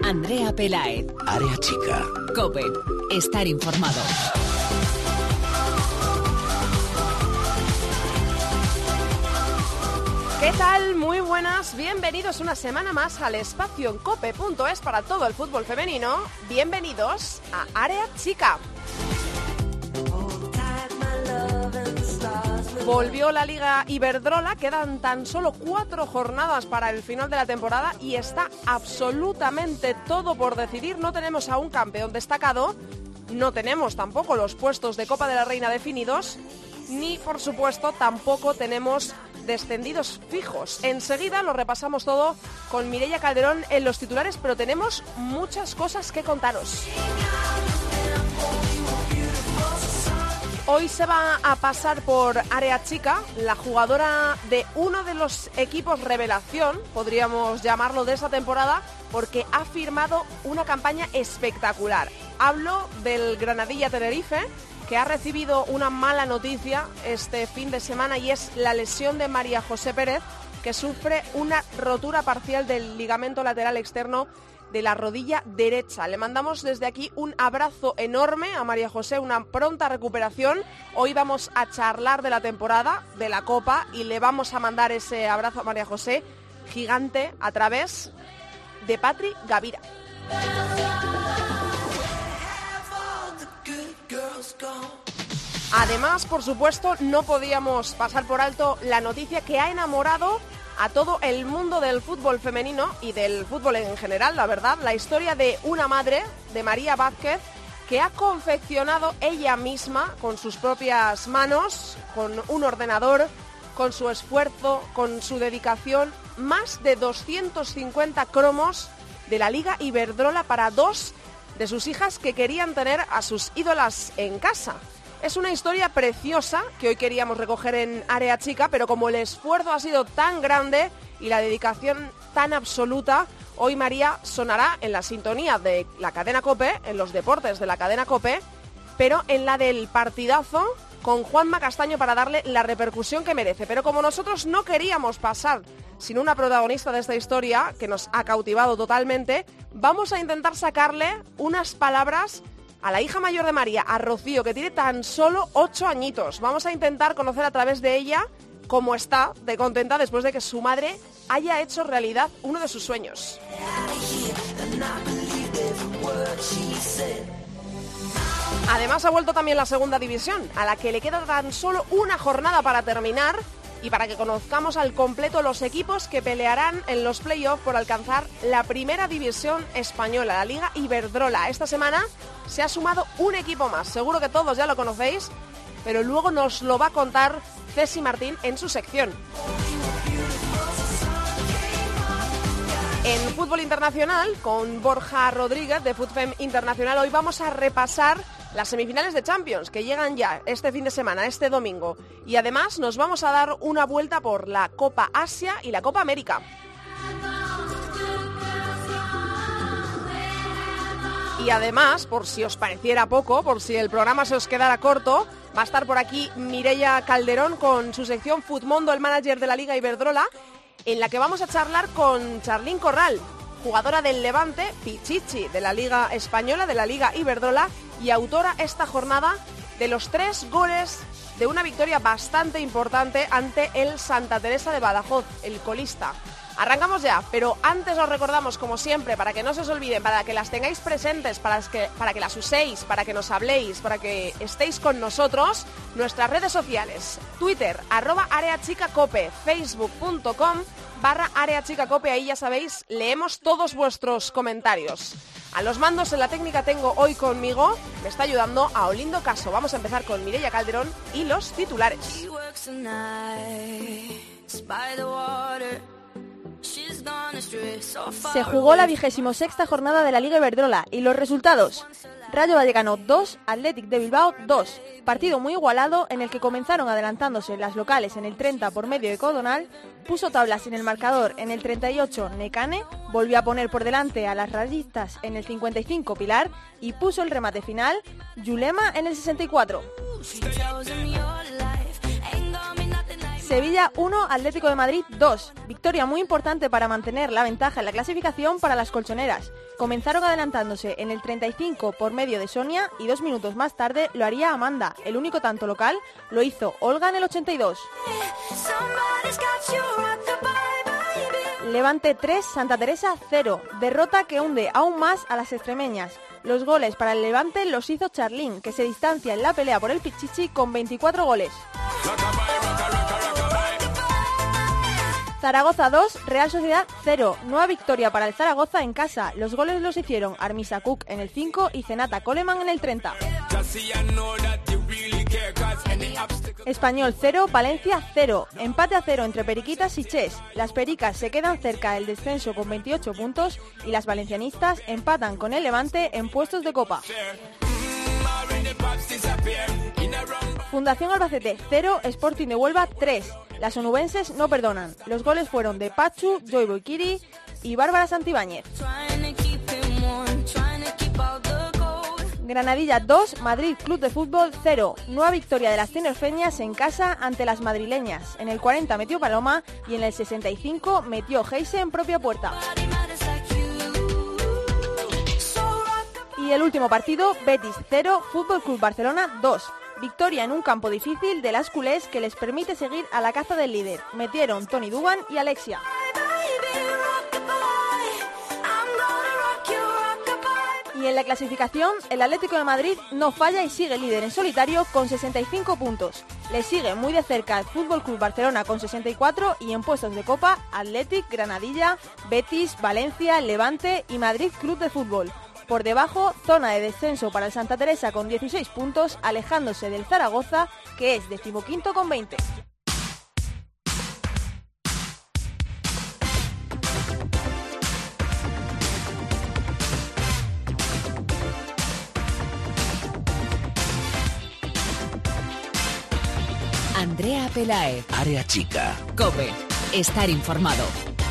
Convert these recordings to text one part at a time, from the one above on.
Andrea Peláez. Área Chica. COPE. Estar informado. ¿Qué tal? Muy buenas, bienvenidos una semana más al espacio en cope.es para todo el fútbol femenino. Bienvenidos a Área Chica. Volvió la Liga Iberdrola, quedan tan solo 4 jornadas para el final de la temporada y está absolutamente todo por decidir. No tenemos a un campeón destacado, no tenemos tampoco los puestos de Copa de la Reina definidos, ni por supuesto tampoco tenemos descendidos fijos. Enseguida lo repasamos todo con Mireia Calderón en los titulares, pero tenemos muchas cosas que contaros. Hoy se va a pasar por Área Chica la jugadora de uno de los equipos revelación, podríamos llamarlo, de esta temporada, porque ha firmado una campaña espectacular. Hablo del Granadilla Tenerife, que ha recibido una mala noticia este fin de semana y es la lesión de María José Pérez, que sufre una rotura parcial del ligamento lateral externo de la rodilla derecha. Le mandamos desde aquí un abrazo enorme a María José, una pronta recuperación. Hoy vamos a charlar de la temporada, de la Copa, y le vamos a mandar ese abrazo a María José gigante a través de Patri Gavira. Además, por supuesto, no podíamos pasar por alto la noticia que ha enamorado a todo el mundo del fútbol femenino y del fútbol en general, la verdad, la historia de una madre, de María Vázquez, que ha confeccionado ella misma, con sus propias manos, con un ordenador, con su esfuerzo, con su dedicación, más de 250 cromos de la Liga Iberdrola para 2 de sus hijas que querían tener a sus ídolas en casa. Es una historia preciosa que hoy queríamos recoger en Área Chica, pero como el esfuerzo ha sido tan grande y la dedicación tan absoluta, hoy María sonará en la sintonía de la cadena COPE, en los deportes de la cadena COPE, pero en la del partidazo con Juanma Castaño para darle la repercusión que merece. Pero como nosotros no queríamos pasar sin una protagonista de esta historia, que nos ha cautivado totalmente, vamos a intentar sacarle unas palabras a la hija mayor de María, a Rocío, que tiene tan solo 8 añitos. Vamos a intentar conocer a través de ella cómo está de contenta después de que su madre haya hecho realidad uno de sus sueños. Además ha vuelto también la segunda división, a la que le queda tan solo una jornada para terminar y para que conozcamos al completo los equipos que pelearán en los playoffs por alcanzar la primera división española, la Liga Iberdrola. Esta semana se ha sumado un equipo más, seguro que todos ya lo conocéis, pero luego nos lo va a contar Ceci Martín en su sección. En fútbol internacional, con Borja Rodríguez de FUTFEM Internacional, hoy vamos a repasar las semifinales de Champions, que llegan ya este fin de semana, este domingo. Y además nos vamos a dar una vuelta por la Copa Asia y la Copa América. Y además, por si os pareciera poco, por si el programa se os quedara corto, va a estar por aquí Mireia Calderón con su sección Futmundo, el manager de la Liga Iberdrola, en la que vamos a charlar con Charlín Corral, jugadora del Levante, pichichi de la Liga Española, de la Liga Iberdrola, y autora esta jornada de los 3 goles de una victoria bastante importante ante el Santa Teresa de Badajoz, el colista. Arrancamos ya, pero antes os recordamos, como siempre, para que no se os olviden, para que las tengáis presentes, para que las uséis, para que nos habléis, para que estéis con nosotros, nuestras redes sociales: Twitter, @areachicacope, facebook.com/areachicacope, ahí ya sabéis, leemos todos vuestros comentarios. A los mandos en la técnica tengo hoy conmigo, me está ayudando a Olindo Caso. Vamos a empezar con Mireia Calderón y los titulares. Se jugó la 26ª jornada de la Liga Iberdrola y los resultados: Rayo Vallecano 2, Athletic de Bilbao 2. Partido muy igualado en el que comenzaron adelantándose las locales en el 30 por medio de Codonal, puso tablas en el marcador en el 38 Necane, volvió a poner por delante a las rayistas en el 55 Pilar y puso el remate final Yulema en el 64. Sevilla 1, Atlético de Madrid 2. Victoria muy importante para mantener la ventaja en la clasificación para las colchoneras. Comenzaron adelantándose en el 35 por medio de Sonia y 2 minutos más tarde lo haría Amanda. El único tanto local lo hizo Olga en el 82. Levante 3, Santa Teresa 0. Derrota que hunde aún más a las extremeñas. Los goles para el Levante los hizo Charlín, que se distancia en la pelea por el Pichichi con 24 goles. Zaragoza 2, Real Sociedad 0. Nueva victoria para el Zaragoza en casa. Los goles los hicieron Armisa Cook en el 5 y Zenata Coleman en el 30. Español 0, Valencia 0. Empate a 0 entre Periquitas y Ches. Las Pericas se quedan cerca del descenso con 28 puntos y las valencianistas empatan con el Levante en puestos de Copa. Fundación Albacete 0, Sporting de Huelva 3. Las onubenses no perdonan. Los goles fueron de Pachu, Joy Boikiri y Bárbara Santibáñez. Granadilla 2, Madrid Club de Fútbol 0. Nueva victoria de las tinerfeñas en casa ante las madrileñas. En el 40 metió Paloma y en el 65 metió Heise en propia puerta. Y el último partido, Betis 0, Fútbol Club Barcelona 2. Victoria en un campo difícil de las culés que les permite seguir a la caza del líder. Metieron Tony Dugan y Alexia. Y en la clasificación, el Atlético de Madrid no falla y sigue líder en solitario con 65 puntos. Le sigue muy de cerca el Fútbol Club Barcelona con 64 y en puestos de Copa, Athletic, Granadilla, Betis, Valencia, Levante y Madrid Club de Fútbol. Por debajo, zona de descenso para el Santa Teresa con 16 puntos, alejándose del Zaragoza, que es 15º con 20. Andrea Pelaez. Área chica. COPE. Estar informado.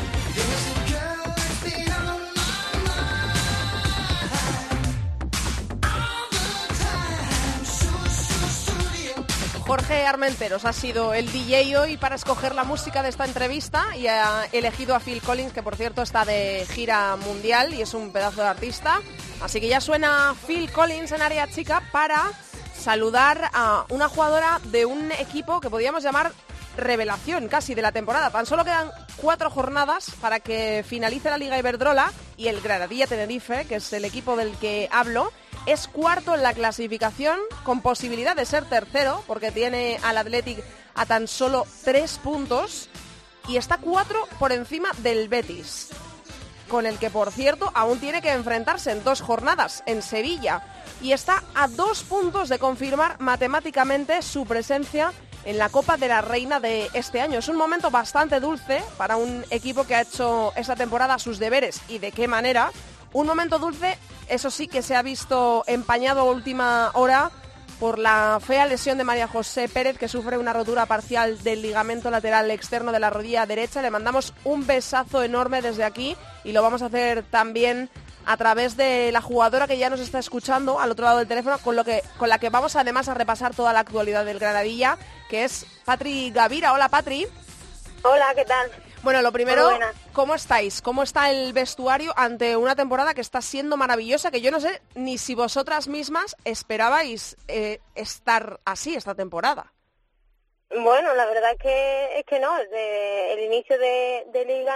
Jorge Armenteros ha sido el DJ hoy para escoger la música de esta entrevista y ha elegido a Phil Collins, que por cierto está de gira mundial y es un pedazo de artista. Así que ya suena Phil Collins en Área Chica para saludar a una jugadora de un equipo que podríamos llamar revelación casi de la temporada. Tan solo quedan 4 jornadas para que finalice la Liga Iberdrola y el Granadilla Tenerife, que es el equipo del que hablo, es cuarto en la clasificación con posibilidad de ser tercero porque tiene al Athletic a tan solo 3 puntos y está 4 por encima del Betis, con el que por cierto aún tiene que enfrentarse en 2 jornadas en Sevilla y está a 2 puntos de confirmar matemáticamente su presencia en la Copa de la Reina de este año. Es un momento bastante dulce para un equipo que ha hecho esta temporada sus deberes y de qué manera. Un momento dulce, eso sí, que se ha visto empañado a última hora por la fea lesión de María José Pérez, que sufre una rotura parcial del ligamento lateral externo de la rodilla derecha. Le mandamos un besazo enorme desde aquí y lo vamos a hacer también a través de la jugadora que ya nos está escuchando al otro lado del teléfono, con la que vamos además a repasar toda la actualidad del Granadilla, que es Patri Gavira. Hola, Patri. Hola, ¿qué tal? Bueno, lo primero, ¿cómo estáis? ¿Cómo está el vestuario ante una temporada que está siendo maravillosa? Que yo no sé ni si vosotras mismas esperabais estar así esta temporada. Bueno, la verdad es que no. Desde el inicio de Liga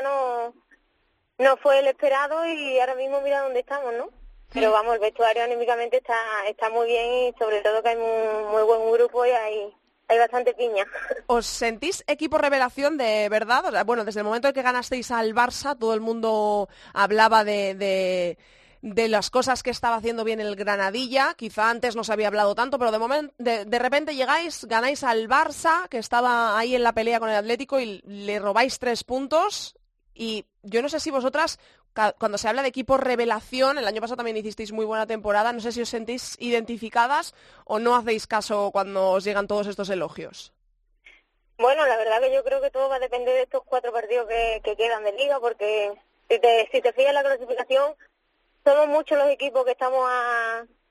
no fue el esperado y ahora mismo mira dónde estamos, ¿no? Pero vamos, el vestuario anímicamente está muy bien y sobre todo que hay muy buen grupo y hay bastante piña. ¿Os sentís equipo revelación de verdad? O sea, bueno, desde el momento en que ganasteis al Barça, todo el mundo hablaba de las cosas que estaba haciendo bien el Granadilla. Quizá antes no se había hablado tanto, pero de repente llegáis, ganáis al Barça, que estaba ahí en la pelea con el Atlético, y le robáis 3 puntos. Y yo no sé si vosotras, cuando se habla de equipo revelación, el año pasado también hicisteis muy buena temporada, no sé si os sentís identificadas o no hacéis caso cuando os llegan todos estos elogios. Bueno, la verdad que yo creo que todo va a depender de estos 4 partidos que quedan de Liga, porque si te fijas en la clasificación, somos muchos los equipos que estamos a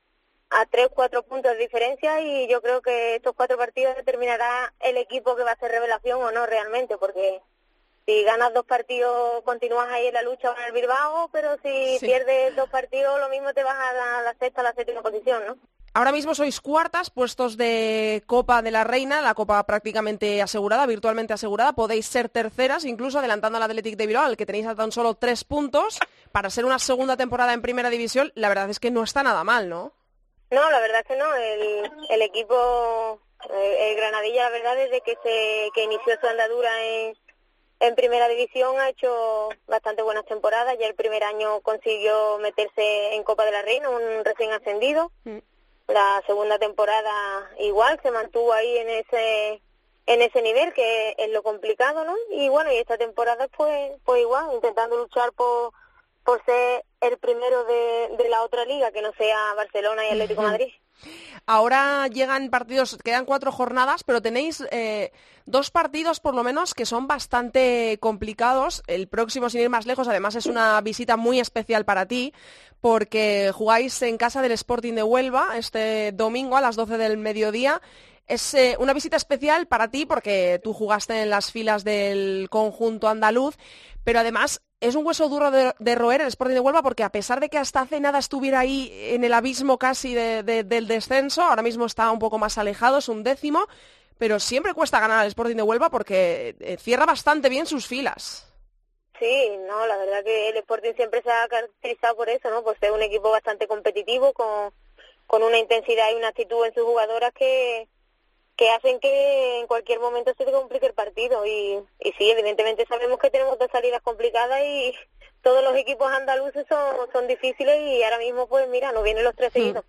a 3-4 puntos de diferencia, y yo creo que estos 4 partidos determinará el equipo que va a hacer revelación o no realmente, porque si ganas 2 partidos continúas ahí en la lucha con el Bilbao, pero si pierdes 2 partidos lo mismo te vas a la sexta, a la séptima posición, ¿no? Ahora mismo sois cuartas, puestos de Copa de la Reina, la Copa prácticamente asegurada, virtualmente asegurada. Podéis ser terceras, incluso adelantando al Athletic de Bilbao, al que tenéis a tan solo 3 puntos. Para ser una segunda temporada en Primera División, la verdad es que no está nada mal, ¿no? No, la verdad es que no. El equipo, el Granadilla, la verdad, desde que inició su andadura en Primera División ha hecho bastante buenas temporadas. Ya el primer año consiguió meterse en Copa de la Reina, un recién ascendido. La segunda temporada igual, se mantuvo ahí en ese nivel, que es lo complicado, ¿no? Y bueno, y esta temporada pues igual, intentando luchar por ser el primero de la otra liga, que no sea Barcelona y Atlético de Madrid. Ahora llegan partidos, quedan 4 jornadas, pero tenéis 2 partidos por lo menos que son bastante complicados. El próximo, sin ir más lejos, además es una visita muy especial para ti, porque jugáis en casa del Sporting de Huelva este domingo a las 12 del mediodía. Es una visita especial para ti porque tú jugaste en las filas del conjunto andaluz, pero además es un hueso duro de roer el Sporting de Huelva, porque a pesar de que hasta hace nada estuviera ahí en el abismo casi del descenso, ahora mismo está un poco más alejado, es un 10º, pero siempre cuesta ganar al Sporting de Huelva porque cierra bastante bien sus filas. Sí, no, la verdad que el Sporting siempre se ha caracterizado por eso, ¿no? Por ser un equipo bastante competitivo, con una intensidad y una actitud en sus jugadoras que hacen que en cualquier momento se te complique el partido. Y sí, evidentemente sabemos que tenemos 2 salidas complicadas y todos los equipos andaluces son difíciles, y ahora mismo pues mira, nos vienen los 3 seguidos.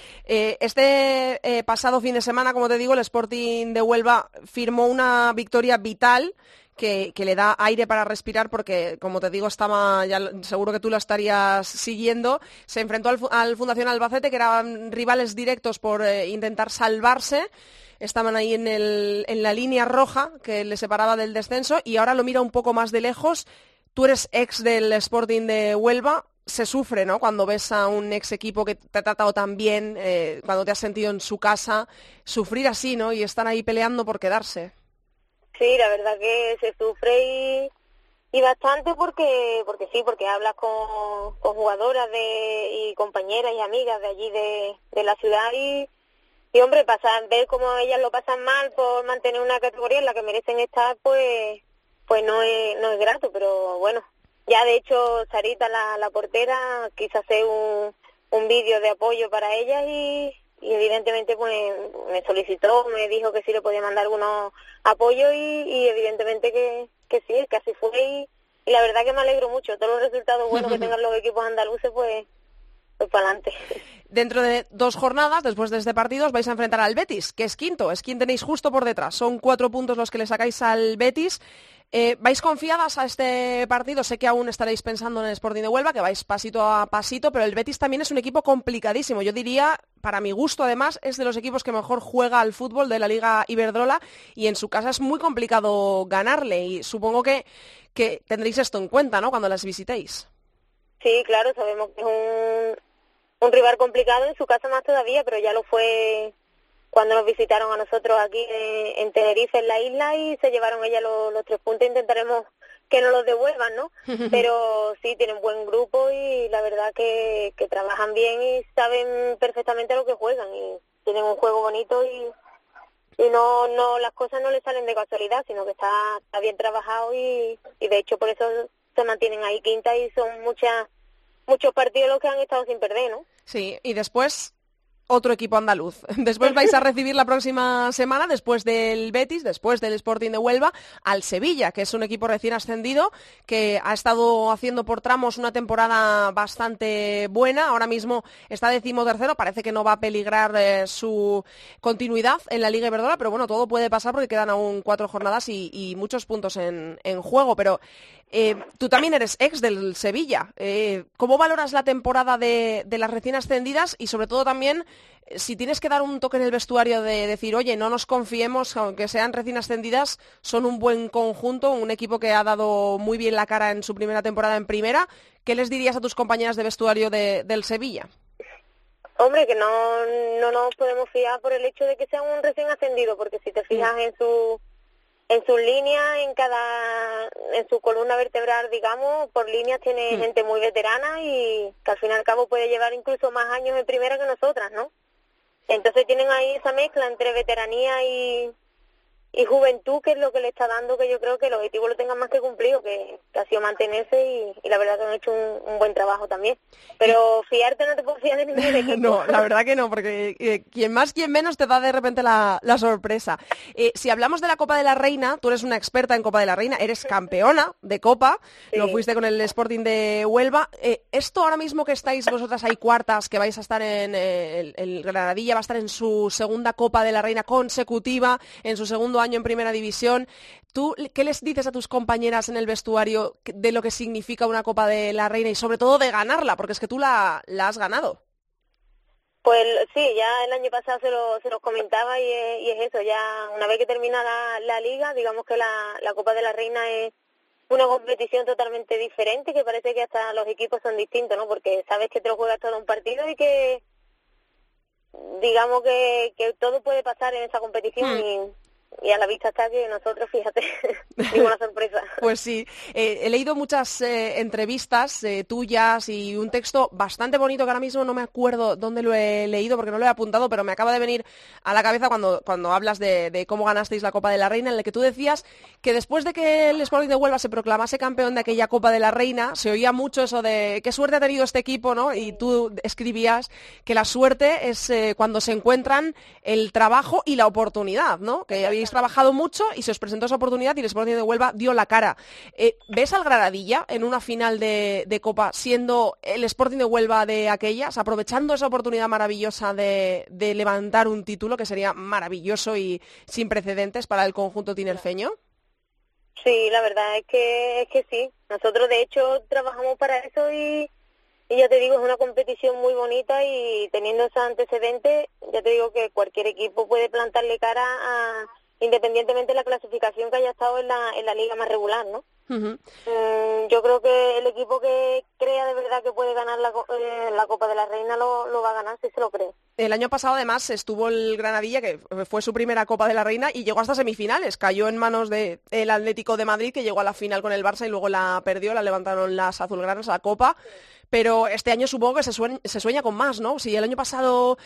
Este pasado fin de semana, como te digo, el Sporting de Huelva firmó una victoria vital que le da aire para respirar, porque, como te digo, ya seguro que tú la estarías siguiendo. Se enfrentó al Fundación Albacete, que eran rivales directos por intentar salvarse. Estaban ahí en la línea roja que le separaba del descenso, y ahora lo mira un poco más de lejos. Tú eres ex del Sporting de Huelva. Se sufre, ¿no?, cuando ves a un ex equipo que te ha tratado tan bien, cuando te has sentido en su casa, sufrir así, ¿no?, y están ahí peleando por quedarse. Sí, la verdad que se sufre y bastante, porque hablas con jugadoras y compañeras y amigas de allí de la ciudad, y hombre, ver cómo ellas lo pasan mal por mantener una categoría en la que merecen estar, pues no es grato. Pero bueno, ya de hecho Sarita, la portera, quiso hacer un vídeo de apoyo para ellas, y evidentemente pues me solicitó, me dijo que sí le podía mandar algunos apoyos, y evidentemente que sí, que así fue, y la verdad que me alegro mucho. Todos los resultados buenos que tengan los equipos andaluces, pues para adelante. Dentro de 2 jornadas, después de este partido, os vais a enfrentar al Betis, que es quinto, es quien tenéis justo por detrás. Son 4 puntos los que le sacáis al Betis. ¿Vais confiadas a este partido? Sé que aún estaréis pensando en el Sporting de Huelva, que vais pasito a pasito, pero el Betis también es un equipo complicadísimo. Yo diría, para mi gusto además, es de los equipos que mejor juega al fútbol de la Liga Iberdrola, y en su casa es muy complicado ganarle, y supongo que tendréis esto en cuenta, ¿no?, cuando las visitéis. Sí, claro, sabemos que es un rival complicado, en su casa más todavía, pero ya lo fue cuando nos visitaron a nosotros aquí en Tenerife, en la isla, y se llevaron ellas los 3 puntos. Intentaremos que no los devuelvan, ¿no? Pero sí, tienen buen grupo, y la verdad que trabajan bien y saben perfectamente lo que juegan, y tienen un juego bonito, y no las cosas no les salen de casualidad, sino que está bien trabajado, y de hecho por eso se mantienen ahí quinta, y son muchos partidos los que han estado sin perder, ¿no? Sí, y después otro equipo andaluz. Después vais a recibir la próxima semana, después del Betis, después del Sporting de Huelva, al Sevilla, que es un equipo recién ascendido, que ha estado haciendo por tramos una temporada bastante buena. Ahora mismo está 13º, parece que no va a peligrar su continuidad en la Liga Iberdrola, pero bueno, todo puede pasar porque quedan aún 4 jornadas y muchos puntos en juego. Pero tú también eres ex del Sevilla. ¿Cómo valoras la temporada de las recién ascendidas? Y sobre todo también, si tienes que dar un toque en el vestuario de decir, oye, no nos confiemos, aunque sean recién ascendidas, son un buen conjunto, un equipo que ha dado muy bien la cara en su primera temporada en primera, ¿qué les dirías a tus compañeras de vestuario del Sevilla? Hombre, que no nos podemos fiar por el hecho de que sea un recién ascendido, porque si te fijas en su línea, en su columna vertebral, digamos, por líneas tiene gente muy veterana y que al fin y al cabo puede llevar incluso más años en primera que nosotras, ¿no? Entonces tienen ahí esa mezcla entre veteranía y juventud, que es lo que le está dando, que yo creo que el objetivo lo tengan más que cumplido, que ha sido mantenerse y la verdad que han hecho un buen trabajo también. Pero fiarte no te puedo fiar de ningún equipo. No, la verdad que no, porque quien más, quien menos te da de repente la sorpresa. Si hablamos de la Copa de la Reina, tú eres una experta en Copa de la Reina, eres campeona de Copa, sí. Lo fuiste con el Sporting de Huelva. Esto ahora mismo que estáis vosotras ahí cuartas, que vais a estar en el Granadilla, va a estar en su segunda Copa de la Reina consecutiva, en su segundo año en Primera División. ¿Tú qué les dices a tus compañeras en el vestuario de lo que significa una Copa de la Reina y sobre todo de ganarla? Porque es que tú la has ganado. Pues sí, ya el año pasado se los comentaba y es eso, ya una vez que termina la liga, digamos que la Copa de la Reina es una competición totalmente diferente, que parece que hasta los equipos son distintos, ¿no? Porque sabes que te lo juegas todo un partido y que digamos que todo puede pasar en esa competición y a la vista está que nosotros, fíjate, ninguna sorpresa. Pues sí, he leído muchas entrevistas tuyas y un texto bastante bonito que ahora mismo no me acuerdo dónde lo he leído porque no lo he apuntado, pero me acaba de venir a la cabeza cuando hablas de cómo ganasteis la Copa de la Reina, en el que tú decías que después de que el Sporting de Huelva se proclamase campeón de aquella Copa de la Reina, se oía mucho eso de qué suerte ha tenido este equipo, ¿no? Y tú escribías que la suerte es cuando se encuentran el trabajo y la oportunidad, ¿no? Que habéis trabajado mucho y se os presentó esa oportunidad y el Sporting de Huelva dio la cara. ¿Ves al Granadilla en una final de Copa siendo el Sporting de Huelva de aquellas, aprovechando esa oportunidad maravillosa de levantar un título que sería maravilloso y sin precedentes para el conjunto tinerfeño? Sí, la verdad es que sí. Nosotros de hecho trabajamos para eso y ya te digo, es una competición muy bonita y teniendo esos antecedentes, ya te digo que cualquier equipo puede plantarle cara independientemente de la clasificación que haya estado en la liga más regular, ¿no? Uh-huh. Yo creo que el equipo que crea de verdad que puede ganar la Copa de la Reina lo va a ganar, si se lo cree. El año pasado además estuvo el Granadilla, que fue su primera Copa de la Reina, y llegó hasta semifinales. Cayó en manos del Atlético de Madrid, que llegó a la final con el Barça y luego la perdió, la levantaron las azulgranas a la Copa. Pero este año supongo que se sueña con más, ¿no? Si el año pasado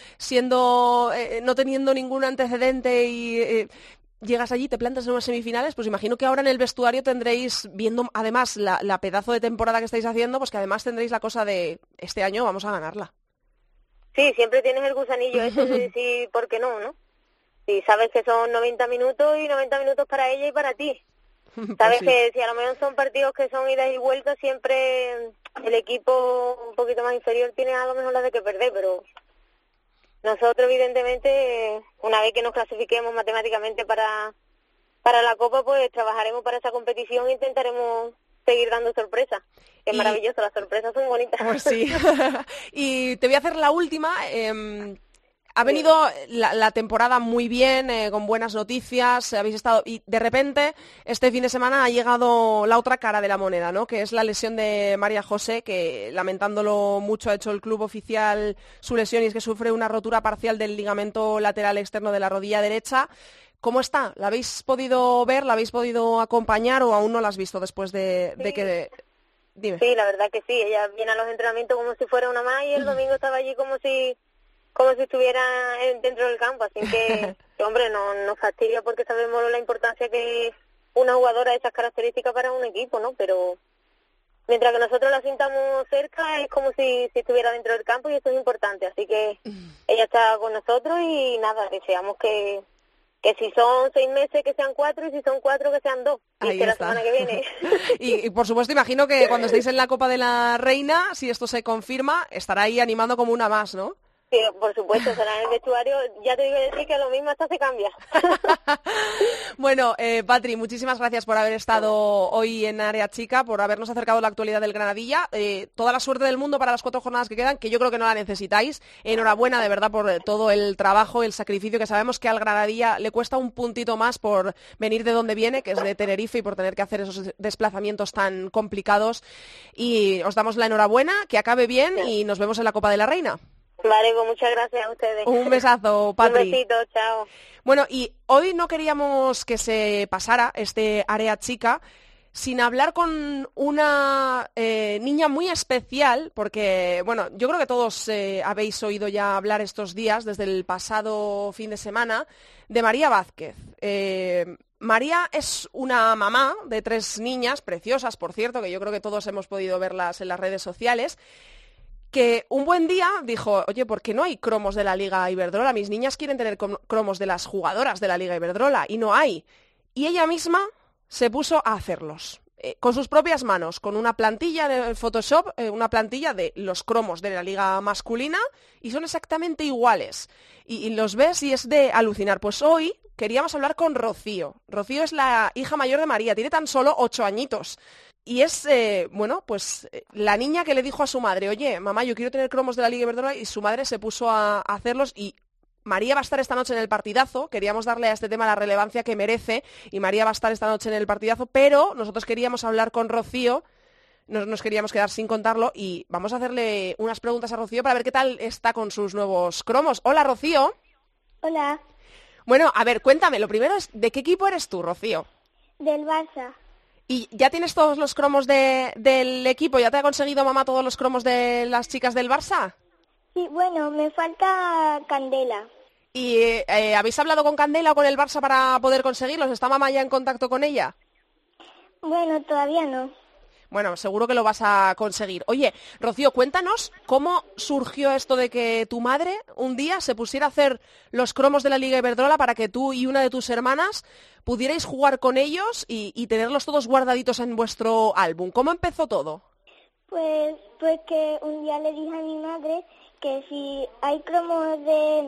no teniendo ningún antecedente y llegas allí, te plantas en unas semifinales, pues imagino que ahora en el vestuario tendréis, viendo además la pedazo de temporada que estáis haciendo, pues que además tendréis la cosa de este año vamos a ganarla. Sí, siempre tienes el gusanillo ese de decir por qué no. Sí, sabes que son 90 minutos y 90 minutos para ella y para ti. Sabes pues sí. Que si a lo mejor son partidos que son idas y vueltas, siempre el equipo un poquito más inferior tiene a lo mejor la de que perder, pero nosotros evidentemente una vez que nos clasifiquemos matemáticamente para la Copa, pues trabajaremos para esa competición e intentaremos seguir dando sorpresas. Es maravilloso, las sorpresas son bonitas. Pues sí. Y te voy a hacer la última. Ha venido la temporada muy bien, con buenas noticias, habéis estado y de repente este fin de semana ha llegado la otra cara de la moneda, ¿no? Que es la lesión de María José, que lamentándolo mucho ha hecho el club oficial su lesión y es que sufre una rotura parcial del ligamento lateral externo de la rodilla derecha. ¿Cómo está? ¿La habéis podido ver? ¿La habéis podido acompañar o aún no la has visto después de que...? Dime. Sí, la verdad que sí, ella viene a los entrenamientos como si fuera una más y el domingo estaba allí como si estuviera dentro del campo, así que hombre, no fastidia porque sabemos la importancia que es una jugadora de esas características para un equipo, ¿no? Pero mientras que nosotros la sintamos cerca es como si estuviera dentro del campo y eso es importante, así que ella está con nosotros y nada, deseamos que si son 6 meses que sean 4 y si son 4 que sean 2 y que la semana que viene. y por supuesto imagino que cuando estéis en la Copa de la Reina, si esto se confirma, estará ahí animando como una más, ¿no? Sí, por supuesto, será en el vestuario, ya te digo decir que lo mismo hasta se cambia. Bueno, Patri, muchísimas gracias por haber estado hoy en Área Chica, por habernos acercado la actualidad del Granadilla. Toda la suerte del mundo para las 4 jornadas que quedan, que yo creo que no la necesitáis. Enhorabuena, de verdad, por todo el trabajo, el sacrificio, que sabemos que al Granadilla le cuesta un puntito más por venir de donde viene, que es de Tenerife, y por tener que hacer esos desplazamientos tan complicados. Y os damos la enhorabuena, que acabe bien y nos vemos en la Copa de la Reina. Vale, pues muchas gracias a ustedes. Un besazo, Patri. Un besito, chao. Bueno, y hoy no queríamos que se pasara este Área Chica sin hablar con una niña muy especial, porque, bueno, yo creo que todos habéis oído ya hablar estos días, desde el pasado fin de semana, de María Vázquez. María es una mamá de 3 niñas, preciosas, por cierto, que yo creo que todos hemos podido verlas en las redes sociales, que un buen día dijo, oye, ¿por qué no hay cromos de la Liga Iberdrola? Mis niñas quieren tener cromos de las jugadoras de la Liga Iberdrola y no hay. Y ella misma se puso a hacerlos, con sus propias manos, con una plantilla en el Photoshop, una plantilla de los cromos de la Liga masculina, y son exactamente iguales. Y los ves y es de alucinar. Pues hoy queríamos hablar con Rocío. Rocío es la hija mayor de María, tiene tan solo 8 añitos. Y es, la niña que le dijo a su madre, oye, mamá, yo quiero tener cromos de la Liga Iberdrola, y su madre se puso a hacerlos, y María va a estar esta noche en el partidazo. Queríamos darle a este tema la relevancia que merece, y María va a estar esta noche en el partidazo, pero nosotros queríamos hablar con Rocío, no nos queríamos quedar sin contarlo, y vamos a hacerle unas preguntas a Rocío para ver qué tal está con sus nuevos cromos. Hola, Rocío. Hola, Bueno, a ver, cuéntame, lo primero es, ¿de qué equipo eres tú, Rocío? del Barça. ¿Y ya tienes todos los cromos del equipo? ¿Ya te ha conseguido mamá todos los cromos de las chicas del Barça? Sí, bueno, me falta Candela. ¿Y habéis hablado con Candela o con el Barça para poder conseguirlos? ¿Está mamá ya en contacto con ella? Bueno, todavía no. Bueno, seguro que lo vas a conseguir. Oye, Rocío, cuéntanos cómo surgió esto de que tu madre un día se pusiera a hacer los cromos de la Liga Iberdrola para que tú y una de tus hermanas pudierais jugar con ellos y tenerlos todos guardaditos en vuestro álbum. ¿Cómo empezó todo? Pues que un día le dije a mi madre que si hay cromos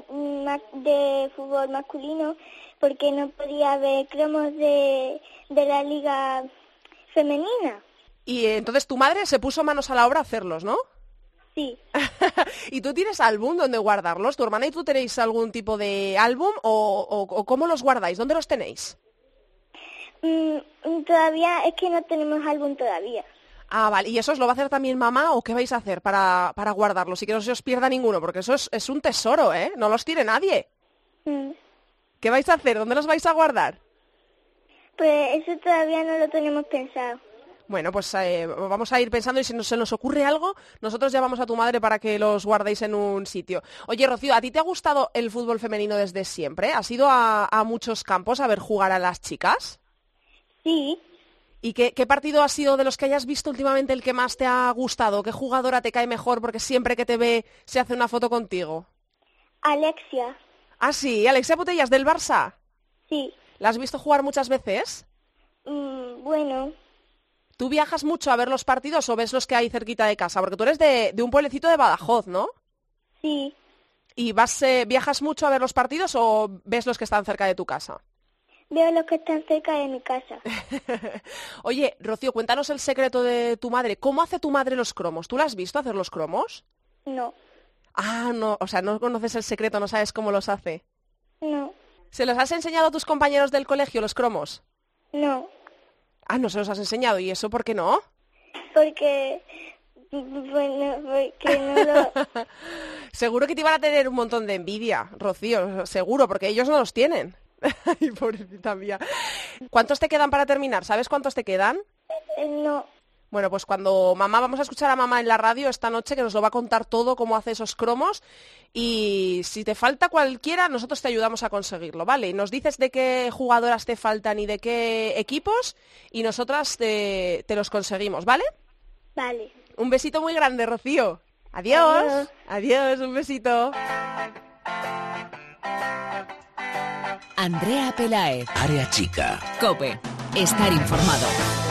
de fútbol masculino, porque no podía haber cromos de la liga femenina. Y entonces tu madre se puso manos a la obra a hacerlos, ¿no? Sí, ¿Y tú tienes álbum donde guardarlos? ¿Tu hermana y tú tenéis algún tipo de álbum o cómo los guardáis? ¿Dónde los tenéis? todavía es que no tenemos álbum todavía. Ah, vale. ¿Y eso os lo va a hacer también mamá o qué vais a hacer para guardarlos y que no se os pierda ninguno? Porque eso es un tesoro, ¿eh? No los tiene nadie. Mm, ¿Qué vais a hacer? ¿Dónde los vais a guardar? Pues eso todavía no lo tenemos pensado. Bueno, pues vamos a ir pensando y si se nos ocurre algo, nosotros llamamos a tu madre para que los guardéis en un sitio. Oye, Rocío, ¿a ti te ha gustado el fútbol femenino desde siempre? ¿Has ido a muchos campos a ver jugar a las chicas? Sí, ¿Y qué partido ha sido de los que hayas visto últimamente el que más te ha gustado? ¿Qué jugadora te cae mejor porque siempre que te ve se hace una foto contigo? Alexia. Ah, sí, Alexia Putellas, del Barça. Sí, ¿La has visto jugar muchas veces? bueno, ¿Tú viajas mucho a ver los partidos o ves los que hay cerquita de casa? Porque tú eres de un pueblecito de Badajoz, ¿no? sí. ¿Y viajas mucho a ver los partidos o ves los que están cerca de tu casa? Veo los que están cerca de mi casa. Oye, Rocío, cuéntanos el secreto de tu madre. ¿Cómo hace tu madre los cromos? ¿Tú la has visto hacer los cromos? No, Ah, no, o sea, no conoces el secreto, no sabes cómo los hace. no, ¿Se los has enseñado a tus compañeros del colegio, los cromos? no. Ah, no se los has enseñado. ¿Y eso por qué no? Porque, bueno, porque no lo... Seguro que te iban a tener un montón de envidia, Rocío, seguro, porque ellos no los tienen. Ay, pobrecita mía. ¿Cuántos te quedan para terminar? ¿Sabes cuántos te quedan? No, Bueno, pues cuando vamos a escuchar a mamá en la radio esta noche, que nos lo va a contar todo, cómo hace esos cromos, y si te falta cualquiera, nosotros te ayudamos a conseguirlo, ¿vale? Y nos dices de qué jugadoras te faltan y de qué equipos, y nosotras te los conseguimos, ¿vale? vale. Un besito muy grande, Rocío. Adiós. Adiós. Adiós, un besito. Andrea Pelaez. Área Chica. COPE. Estar informado.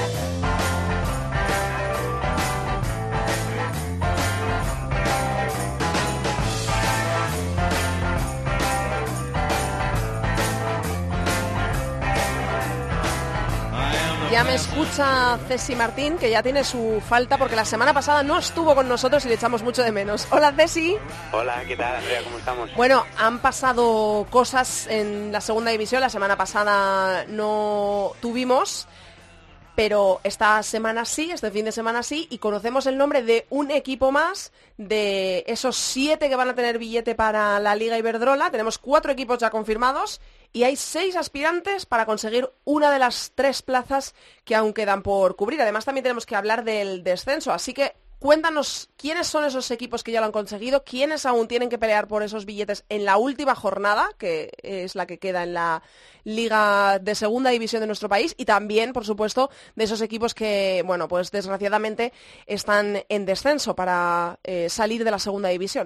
Ya me escucha Ceci Martín, que ya tiene su falta porque la semana pasada no estuvo con nosotros y le echamos mucho de menos. Hola, Ceci. Hola, ¿qué tal, Andrea? ¿Cómo estamos? Bueno, han pasado cosas en la segunda división. La semana pasada no tuvimos pero esta semana sí, este fin de semana sí, y conocemos el nombre de un equipo más, de esos 7 que van a tener billete para la Liga Iberdrola. Tenemos 4 equipos ya confirmados y hay 6 aspirantes para conseguir una de las 3 plazas que aún quedan por cubrir. Además también tenemos que hablar del descenso, así que cuéntanos quiénes son esos equipos que ya lo han conseguido, quiénes aún tienen que pelear por esos billetes en la última jornada, que es la que queda en la Liga de Segunda División de nuestro país, y también, por supuesto, de esos equipos que, bueno, pues desgraciadamente están en descenso para salir de la Segunda División.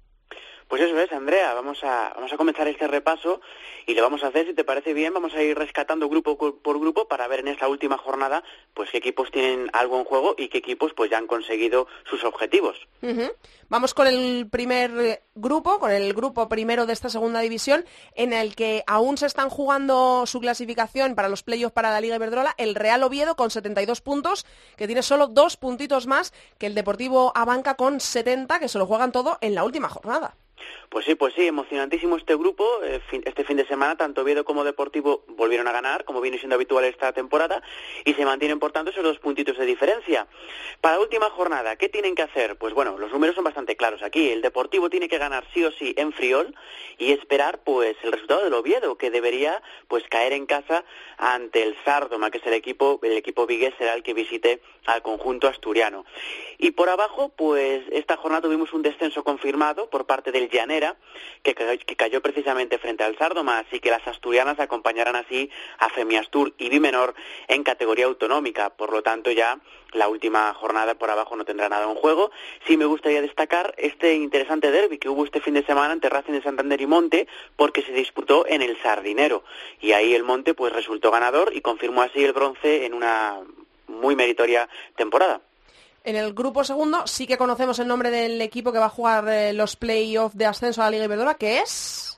Pues eso es, Andrea, vamos a comenzar este repaso y lo vamos a hacer, si te parece bien, vamos a ir rescatando grupo por grupo para ver en esta última jornada pues qué equipos tienen algo en juego y qué equipos pues ya han conseguido sus objetivos. Uh-huh. Vamos con el primer grupo, con el grupo primero de esta segunda división, en el que aún se están jugando su clasificación para los playoffs para la Liga Iberdrola, el Real Oviedo con 72 puntos, que tiene solo 2 puntitos más que el Deportivo Abanca con 70, que se lo juegan todo en la última jornada. Pues sí, emocionantísimo este grupo. Este fin de semana tanto Oviedo como Deportivo volvieron a ganar, como viene siendo habitual esta temporada, y se mantienen por tanto esos 2 puntitos de diferencia. Para la última jornada, ¿qué tienen que hacer? Pues bueno, los números son bastante claros aquí. El Deportivo tiene que ganar sí o sí en Friol y esperar pues el resultado del Oviedo, que debería pues caer en casa ante el Sárdoma, que es el equipo vigués será el que visite al conjunto asturiano. Y por abajo, pues esta jornada tuvimos un descenso confirmado por parte del Llanera, que cayó precisamente frente al Sárdoma, así que las asturianas acompañarán así a Femiastur y Bimenor en categoría autonómica. Por lo tanto, ya la última jornada por abajo no tendrá nada en juego. Sí me gustaría destacar este interesante derbi que hubo este fin de semana entre Racing de Santander y Monte, porque se disputó en el Sardinero, y ahí el Monte pues resultó ganador y confirmó así el bronce en una muy meritoria temporada. En el grupo segundo sí que conocemos el nombre del equipo que va a jugar los play-off de ascenso a la Liga Iberdrola, que es...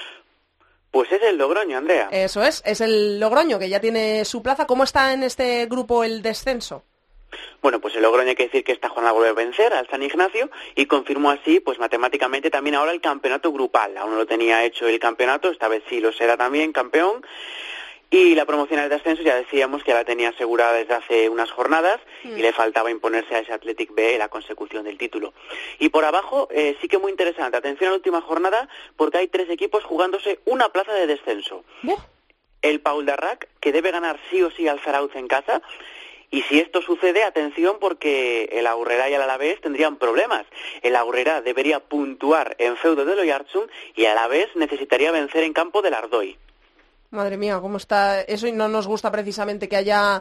Pues es el Logroño, Andrea. Eso es el Logroño, que ya tiene su plaza. ¿Cómo está en este grupo el descenso? Bueno, pues el Logroño hay que decir que esta jornada vuelve a vencer al San Ignacio y confirmó así, pues matemáticamente también ahora el campeonato grupal. Aún no lo tenía hecho el campeonato, esta vez sí lo será también campeón. Y la promoción al descenso ya decíamos que ya la tenía asegurada desde hace unas jornadas y le faltaba imponerse a ese Athletic B la consecución del título. Y por abajo sí que muy interesante, atención a la última jornada porque hay 3 equipos jugándose una plaza de descenso. El Paul de Arrac, que debe ganar sí o sí al Zarauz en casa, y si esto sucede, atención porque el Aurrera y el Alavés tendrían problemas. El Aurrera debería puntuar en feudo de Loiartzun y el Alavés necesitaría vencer en campo del Ardoy. Madre mía, cómo está eso, y no nos gusta precisamente que haya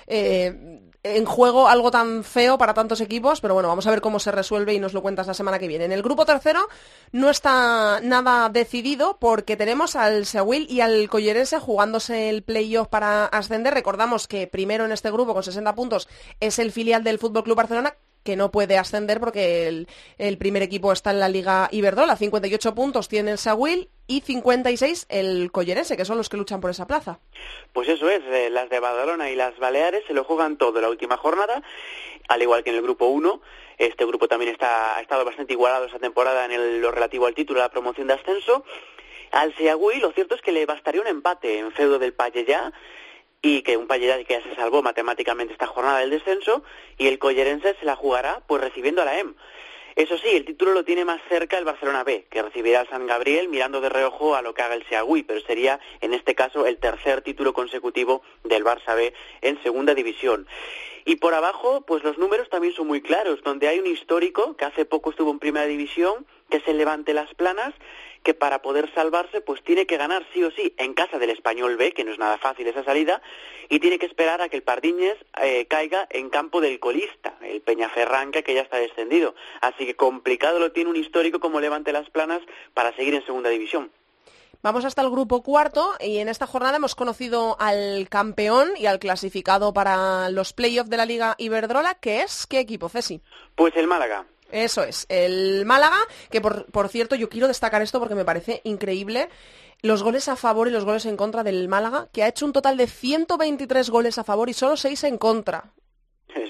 en juego algo tan feo para tantos equipos, pero bueno, vamos a ver cómo se resuelve y nos lo cuentas la semana que viene. En el grupo tercero no está nada decidido porque tenemos al Seguil y al Collerense jugándose el playoff para ascender. Recordamos que primero en este grupo con 60 puntos es el filial del FC Barcelona, que no puede ascender porque el primer equipo está en la Liga Iberdrola. 58 puntos tiene el Seguil y 56 el Collerense, que son los que luchan por esa plaza. Pues eso es, las de Badalona y las Baleares se lo juegan todo la última jornada, al igual que en el grupo 1. Este grupo también ha estado bastante igualado esta temporada en lo relativo al título de la promoción de ascenso. Al Seguil lo cierto es que le bastaría un empate en feudo del Pallellá, y que un Pallellá que ya se salvó matemáticamente esta jornada del descenso, y el Collerense se la jugará pues recibiendo a la EM. Eso sí, el título lo tiene más cerca el Barcelona B, que recibirá al San Gabriel mirando de reojo a lo que haga el Seguil, pero sería en este caso el tercer título consecutivo del Barça B en segunda división. Y por abajo, pues los números también son muy claros, donde hay un histórico que hace poco estuvo en primera división, que es el Levante Las Planas, que para poder salvarse pues tiene que ganar sí o sí en casa del Español B, que no es nada fácil esa salida, y tiene que esperar a que el Pardiñes caiga en campo del colista, el Peñaferranca, que ya está descendido. Así que complicado lo tiene un histórico como Levante Las Planas para seguir en segunda división. Vamos hasta el grupo cuarto y en esta jornada hemos conocido al campeón y al clasificado para los playoffs de la Liga Iberdrola, que es, ¿qué equipo, Ceci? Pues el Málaga. Eso es, el Málaga, que por cierto yo quiero destacar esto porque me parece increíble, los goles a favor y los goles en contra del Málaga, que ha hecho un total de 123 goles a favor y solo 6 en contra. Es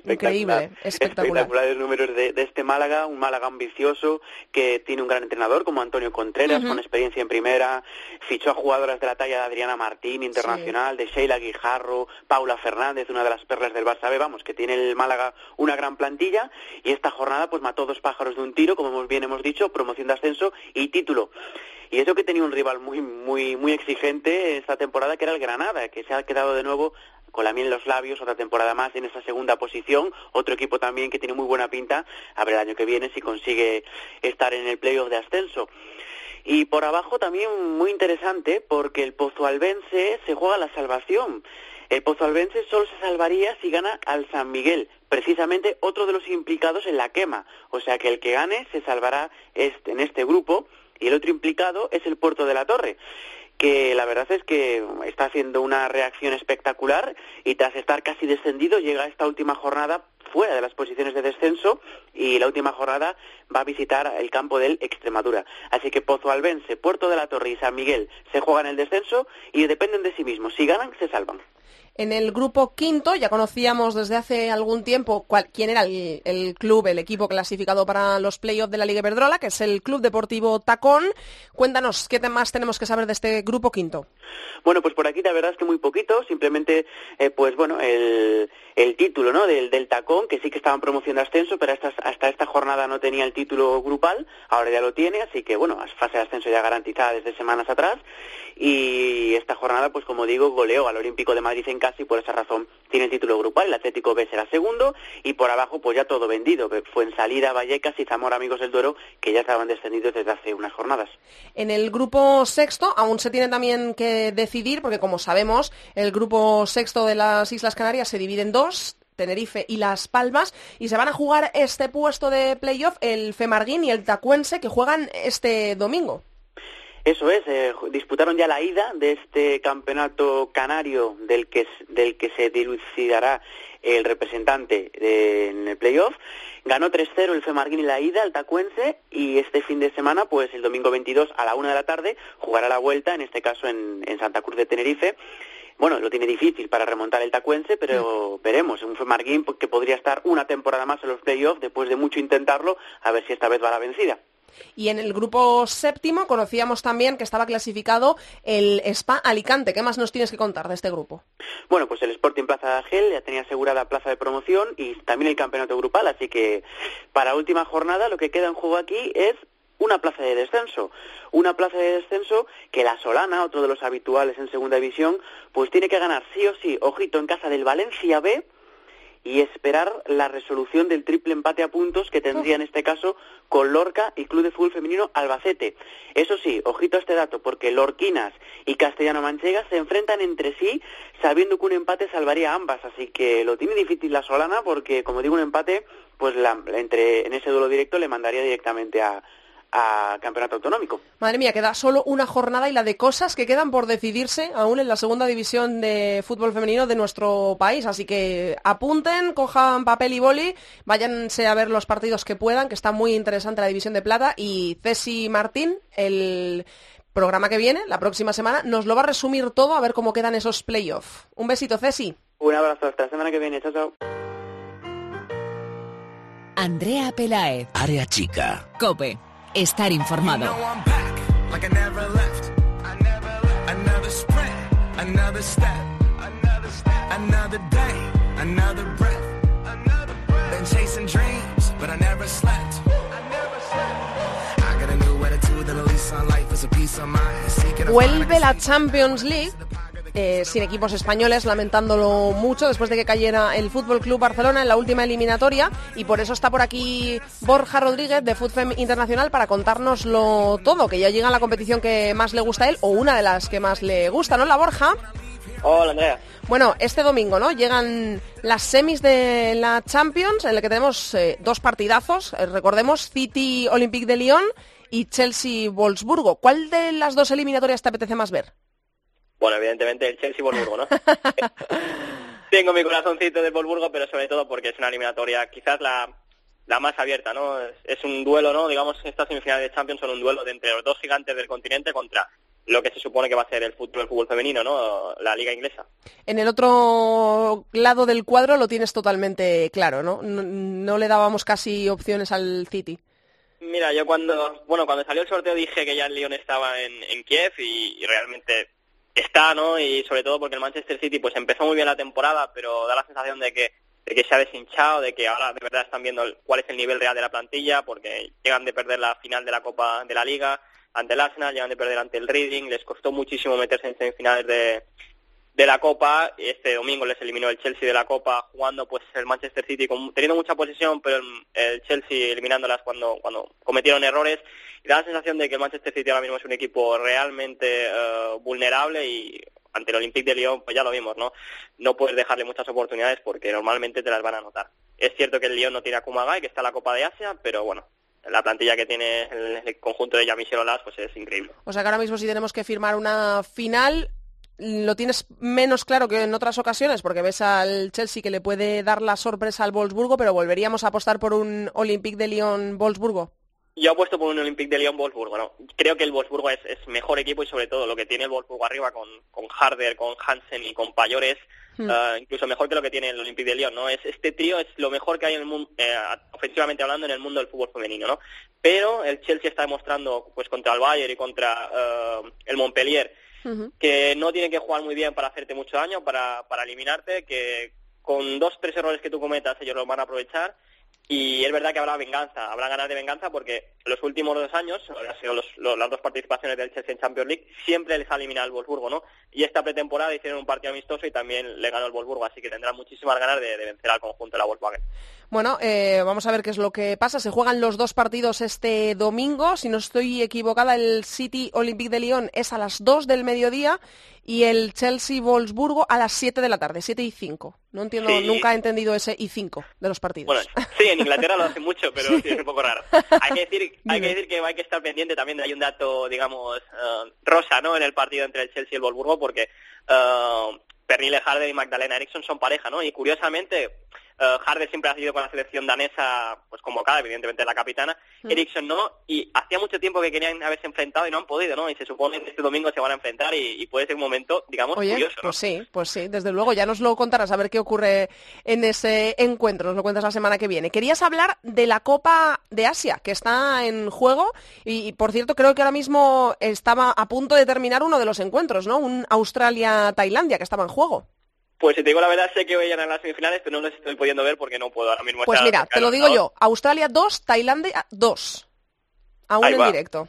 Increíble, espectacular. Espectaculares números de este Málaga, un Málaga ambicioso que tiene un gran entrenador como Antonio Contreras, con experiencia en primera, fichó a jugadoras de la talla de Adriana Martín, internacional, de Sheila Guijarro, Paula Fernández, una de las perlas del Barça B, vamos, que tiene el Málaga una gran plantilla, y esta jornada pues mató 2 pájaros de un tiro, como bien hemos dicho, promoción de ascenso y título. Y eso que tenía un rival muy exigente esta temporada, que era el Granada, que se ha quedado de nuevo con la miel en los labios, otra temporada más en esa segunda posición, otro equipo también que tiene muy buena pinta, a ver el año que viene si consigue estar en el playoff de ascenso. Y por abajo también muy interesante, porque el Pozualbense se juega la salvación. El Pozualbense solo se salvaría si gana al San Miguel, precisamente otro de los implicados en la quema, o sea que el que gane se salvará en este grupo, y el otro implicado es el Puerto de la Torre, que la verdad es que está haciendo una reacción espectacular y tras estar casi descendido llega a esta última jornada fuera de las posiciones de descenso y la última jornada va a visitar el campo del Extremadura. Así que Pozualbense, Puerto de la Torre y San Miguel se juegan el descenso y dependen de sí mismos. Si ganan, se salvan. En el grupo quinto ya conocíamos desde hace algún tiempo quién era el club, el equipo clasificado para los playoffs de la Liga Iberdrola, que es el Club Deportivo Tacón. Cuéntanos, ¿qué más tenemos que saber de este grupo quinto? Bueno, pues por aquí la verdad es que muy poquito, simplemente el título, ¿no?, del Tacón, que sí que estaba en promoción de ascenso, pero hasta esta jornada no tenía el título grupal, ahora ya lo tiene, así que bueno, fase de ascenso ya garantizada desde semanas atrás, y esta jornada, pues como digo, goleó al Olímpico de Madrid en casa y por esa razón tiene el título grupal. El Atlético B será segundo y por abajo pues ya todo vendido, Fuensalida, Vallecas y Zamora Amigos del Duero, que ya estaban descendidos desde hace unas jornadas. En el grupo sexto aún se tiene también que decidir, porque como sabemos, el grupo sexto de las Islas Canarias se divide en 2, Tenerife y Las Palmas, y se van a jugar este puesto de playoff el Femarguín y el Tacuense, que juegan este domingo. Eso es, disputaron ya la ida de este campeonato canario del que se dilucidará el representante en el playoff. Ganó 3-0 el Femarguín en la ida, el Tacuense, y este fin de semana, pues el domingo 22 a la 1 de la tarde, jugará la vuelta, en este caso en Santa Cruz de Tenerife. Bueno, lo tiene difícil para remontar el Tacuense, pero veremos, un Femarguín que podría estar una temporada más en los playoffs después de mucho intentarlo, a ver si esta vez va a la vencida. Y en el grupo séptimo conocíamos también que estaba clasificado el Spa Alicante. ¿Qué más nos tienes que contar de este grupo? Bueno, pues el Sporting Plaza de Argel ya tenía asegurada plaza de promoción y también el campeonato grupal, así que para la última jornada lo que queda en juego aquí es una plaza de descenso. Una plaza de descenso que la Solana, otro de los habituales en segunda división, pues tiene que ganar sí o sí, ojito, en casa del Valencia B, y esperar la resolución del triple empate a puntos que tendría en este caso con Lorca y Club de Fútbol Femenino Albacete. Eso sí, ojito a este dato, porque Lorquinas y Castellano Manchega se enfrentan entre sí sabiendo que un empate salvaría a ambas, así que lo tiene difícil la Solana porque, como digo, un empate, pues en ese duelo directo le mandaría directamente a campeonato autonómico. Madre mía, queda solo una jornada y la de cosas que quedan por decidirse aún en la segunda división de fútbol femenino de nuestro país, así que apunten, cojan papel y boli, váyanse a ver los partidos que puedan, que está muy interesante la división de plata, y Ceci Martín, el programa que viene, la próxima semana, nos lo va a resumir todo, a ver cómo quedan esos playoffs. Un besito, Ceci. Un abrazo, hasta la semana que viene, chao, chao. Andrea Peláez. Área chica. COPE. Estar informado. Vuelve la Champions League. Sin equipos españoles, lamentándolo mucho después de que cayera el Fútbol Club Barcelona en la última eliminatoria, y por eso está por aquí Borja Rodríguez de FUTFEM Internacional para contárnoslo todo, que ya llega a la competición que más le gusta a él, o una de las que más le gusta, ¿no? La Borja. Hola, Andrea. Bueno, este domingo, ¿no?, llegan las semis de la Champions, en la que tenemos 2 partidazos, recordemos, City Olympique de Lyon y Chelsea Wolfsburgo. ¿Cuál de las 2 eliminatorias te apetece más ver? Bueno, evidentemente el Chelsea-Wolfsburgo, ¿no? Tengo mi corazoncito del Wolfsburgo, pero sobre todo porque es una eliminatoria quizás la más abierta, ¿no? Es un duelo, ¿no? Digamos, estas semifinales de Champions son un duelo de entre los 2 gigantes del continente contra lo que se supone que va a ser el futuro del fútbol femenino, ¿no? La liga inglesa. En el otro lado del cuadro lo tienes totalmente claro, ¿no? No le dábamos casi opciones al City. Mira, yo cuando salió el sorteo dije que ya el Lyon estaba en Kiev y realmente está, ¿no? Y sobre todo porque el Manchester City pues empezó muy bien la temporada, pero da la sensación de que se ha deshinchado, de que ahora de verdad están viendo cuál es el nivel real de la plantilla, porque llegan de perder la final de la Copa de la Liga ante el Arsenal, llegan de perder ante el Reading, les costó muchísimo meterse en semifinales de la Copa. Este domingo les eliminó el Chelsea de la Copa, jugando pues el Manchester City teniendo mucha posesión, pero el Chelsea eliminándolas cuando cometieron errores. Y da la sensación de que el Manchester City ahora mismo es un equipo realmente vulnerable y ante el Olympique de Lyon, pues ya lo vimos, ¿no? No puedes dejarle muchas oportunidades porque normalmente te las van a anotar. Es cierto que el Lyon no tiene a Kumagai, que está en la Copa de Asia, pero bueno, la plantilla que tiene el conjunto de Jean-Michel Aulas pues es increíble. O sea que ahora mismo si tenemos que firmar una final, lo tienes menos claro que en otras ocasiones, porque ves al Chelsea que le puede dar la sorpresa al Wolfsburgo, pero ¿volveríamos a apostar por un Olympique de Lyon-Wolfsburgo? Yo apuesto por un Olympique de Lyon-Wolfsburgo, ¿no? Creo que el Wolfsburgo es mejor equipo y sobre todo lo que tiene el Wolfsburgo arriba con Harder, con Hansen y con Payores, incluso mejor que lo que tiene el Olympique de Lyon, ¿no? Este trío es lo mejor que hay en el mundo, ofensivamente hablando, en el mundo del fútbol femenino, ¿no? Pero el Chelsea está demostrando, pues contra el Bayern y contra el Montpellier, que no tiene que jugar muy bien para hacerte mucho daño, para eliminarte, que con 2-3 errores que tú cometas ellos los van a aprovechar. Y es verdad que habrá ganas de venganza, porque los últimos 2 años, han sido las 2 participaciones del Chelsea en Champions League, siempre les ha eliminado el Wolfsburgo, ¿no? Y esta pretemporada hicieron un partido amistoso y también le ganó el Wolfsburgo, así que tendrán muchísimas ganas de vencer al conjunto de la Volkswagen. Bueno, vamos a ver qué es lo que pasa. Se juegan los 2 partidos este domingo. Si no estoy equivocada, el City Olympique de Lyon es a las 2 del mediodía y el Chelsea-Wolfsburgo a las 7 de la tarde, 7:05. No entiendo, sí. Nunca he entendido ese y5 de los partidos. Bueno, sí, en Inglaterra lo hacen mucho, pero sí es un poco raro. Hay que decir que hay que estar pendiente también de hay un dato, digamos, rosa, ¿no? En el partido entre el Chelsea y el Wolfsburgo, porque Pernille Harder y Magdalena Eriksson son pareja, ¿no? Y curiosamente, Harder siempre ha sido con la selección danesa pues convocada, evidentemente la capitana, Eriksson no, y hacía mucho tiempo que querían haberse enfrentado y no han podido, ¿no? Y se supone que este domingo se van a enfrentar y puede ser un momento, digamos, curioso, ¿no? Pues sí, desde luego, ya nos lo contarás, a ver qué ocurre en ese encuentro, nos lo cuentas la semana que viene. Querías hablar de la Copa de Asia, que está en juego, y por cierto, creo que ahora mismo estaba a punto de terminar uno de los encuentros, ¿no? Un Australia-Tailandia que estaba en juego. Pues si te digo la verdad, sé que hoy eran las semifinales, pero no los estoy pudiendo ver porque no puedo ahora mismo. Pues mira, te lo digo yo, Australia 2, Tailandia 2. Aún en directo.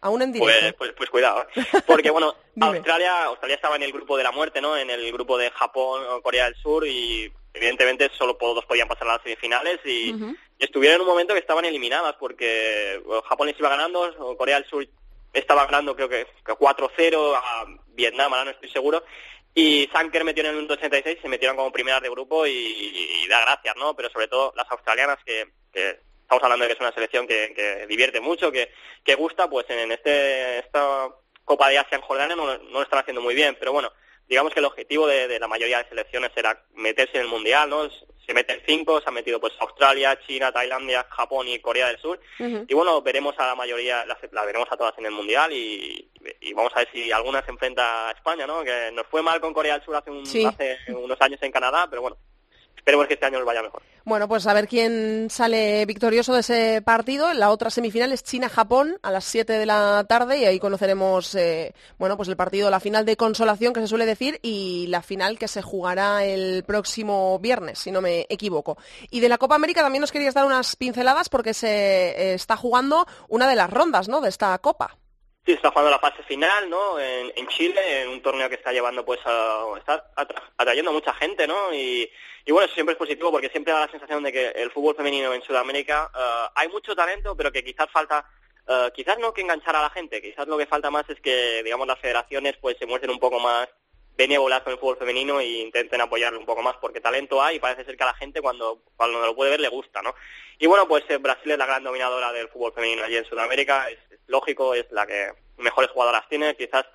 Pues cuidado, porque bueno, Australia estaba en el grupo de la muerte, ¿no? En el grupo de Japón, Corea del Sur, y evidentemente solo 2 podían pasar a las semifinales y estuvieron en un momento que estaban eliminadas porque Japón les iba ganando, Corea del Sur estaba ganando creo que 4-0 a Vietnam, ahora no estoy seguro. Y Sanker metió en el minuto 86, se metieron como primeras de grupo y da gracias, ¿no? Pero sobre todo las australianas, que estamos hablando de que es una selección que divierte mucho, que gusta, pues en esta Copa de Asia en Jordania no lo están haciendo muy bien. Pero bueno, digamos que el objetivo de la mayoría de selecciones era meterse en el Mundial, ¿no? Se meten 5, se han metido pues Australia, China, Tailandia, Japón y Corea del Sur. Y bueno, veremos a la mayoría, la veremos a todas en el Mundial y vamos a ver si alguna se enfrenta a España, ¿no? Que nos fue mal con Corea del Sur hace unos años en Canadá, pero bueno, esperemos que este año nos vaya mejor. Bueno, pues a ver quién sale victorioso de ese partido. La otra semifinal es China-Japón a las 7 de la tarde y ahí conoceremos pues el partido, la final de consolación que se suele decir y la final que se jugará el próximo viernes, si no me equivoco. Y de la Copa América también nos querías dar unas pinceladas porque se está jugando una de las rondas, ¿no?, de esta Copa. Sí, está jugando la fase final, ¿no? En Chile, en un torneo que está llevando, pues, está atrayendo a mucha gente, ¿no? Y bueno, eso siempre es positivo porque siempre da la sensación de que el fútbol femenino en Sudamérica hay mucho talento, pero que quizás falta, quizás no que enganchar a la gente, quizás lo que falta más es que, digamos, las federaciones, pues, se muestren un poco más benévolas con el fútbol femenino e intenten apoyarlo un poco más, porque talento hay y parece ser que a la gente cuando lo puede ver le gusta, ¿no? Y bueno, pues Brasil es la gran dominadora del fútbol femenino allí en Sudamérica, es lógico, es la que mejores jugadoras tiene, quizás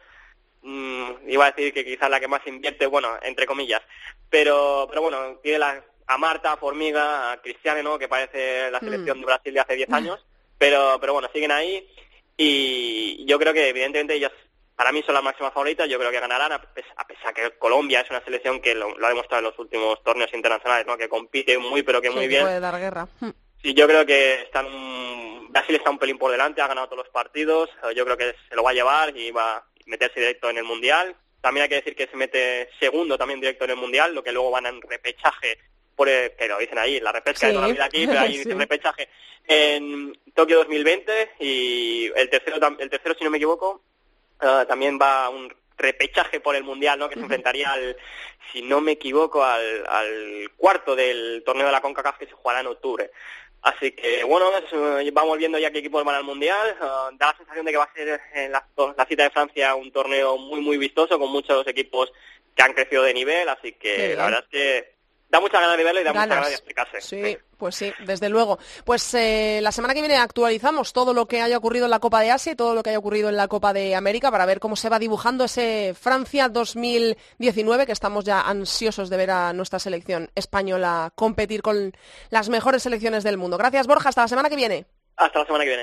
iba a decir que quizás la que más invierte, bueno, entre comillas, pero bueno, tiene a Marta, a Formiga, a Cristiane, ¿no?, que parece la selección de Brasil de hace 10 años, pero bueno, siguen ahí y yo creo que evidentemente ellas para mí son las máximas favoritas, yo creo que ganarán, a pesar que Colombia es una selección que lo ha demostrado en los últimos torneos internacionales, ¿no? Que compite muy, pero que muy bien. Puede dar guerra. Sí, yo creo que Brasil está un pelín por delante, ha ganado todos los partidos, yo creo que se lo va a llevar y va a meterse directo en el Mundial. También hay que decir que se mete segundo también directo en el Mundial, lo que luego van en repechaje, que lo dicen ahí, la repesca de toda la vida aquí, pero hay repechaje en Tokio 2020 y el tercero, si no me equivoco, también va a un repechaje por el Mundial, ¿no? Que se enfrentaría si no me equivoco, al cuarto del torneo de la CONCACAF que se jugará en octubre. Así que, bueno, vamos viendo ya qué equipos van al Mundial. Da la sensación de que va a ser en la cita de Francia un torneo muy, muy vistoso, con muchos equipos que han crecido de nivel, así que la verdad es que da mucha ganas de verlo y da mucha ganas de explicarse. Sí, pues sí, desde luego. Pues la semana que viene actualizamos todo lo que haya ocurrido en la Copa de Asia y todo lo que haya ocurrido en la Copa de América para ver cómo se va dibujando ese Francia 2019, que estamos ya ansiosos de ver a nuestra selección española competir con las mejores selecciones del mundo. Gracias, Borja. Hasta la semana que viene. Hasta la semana que viene.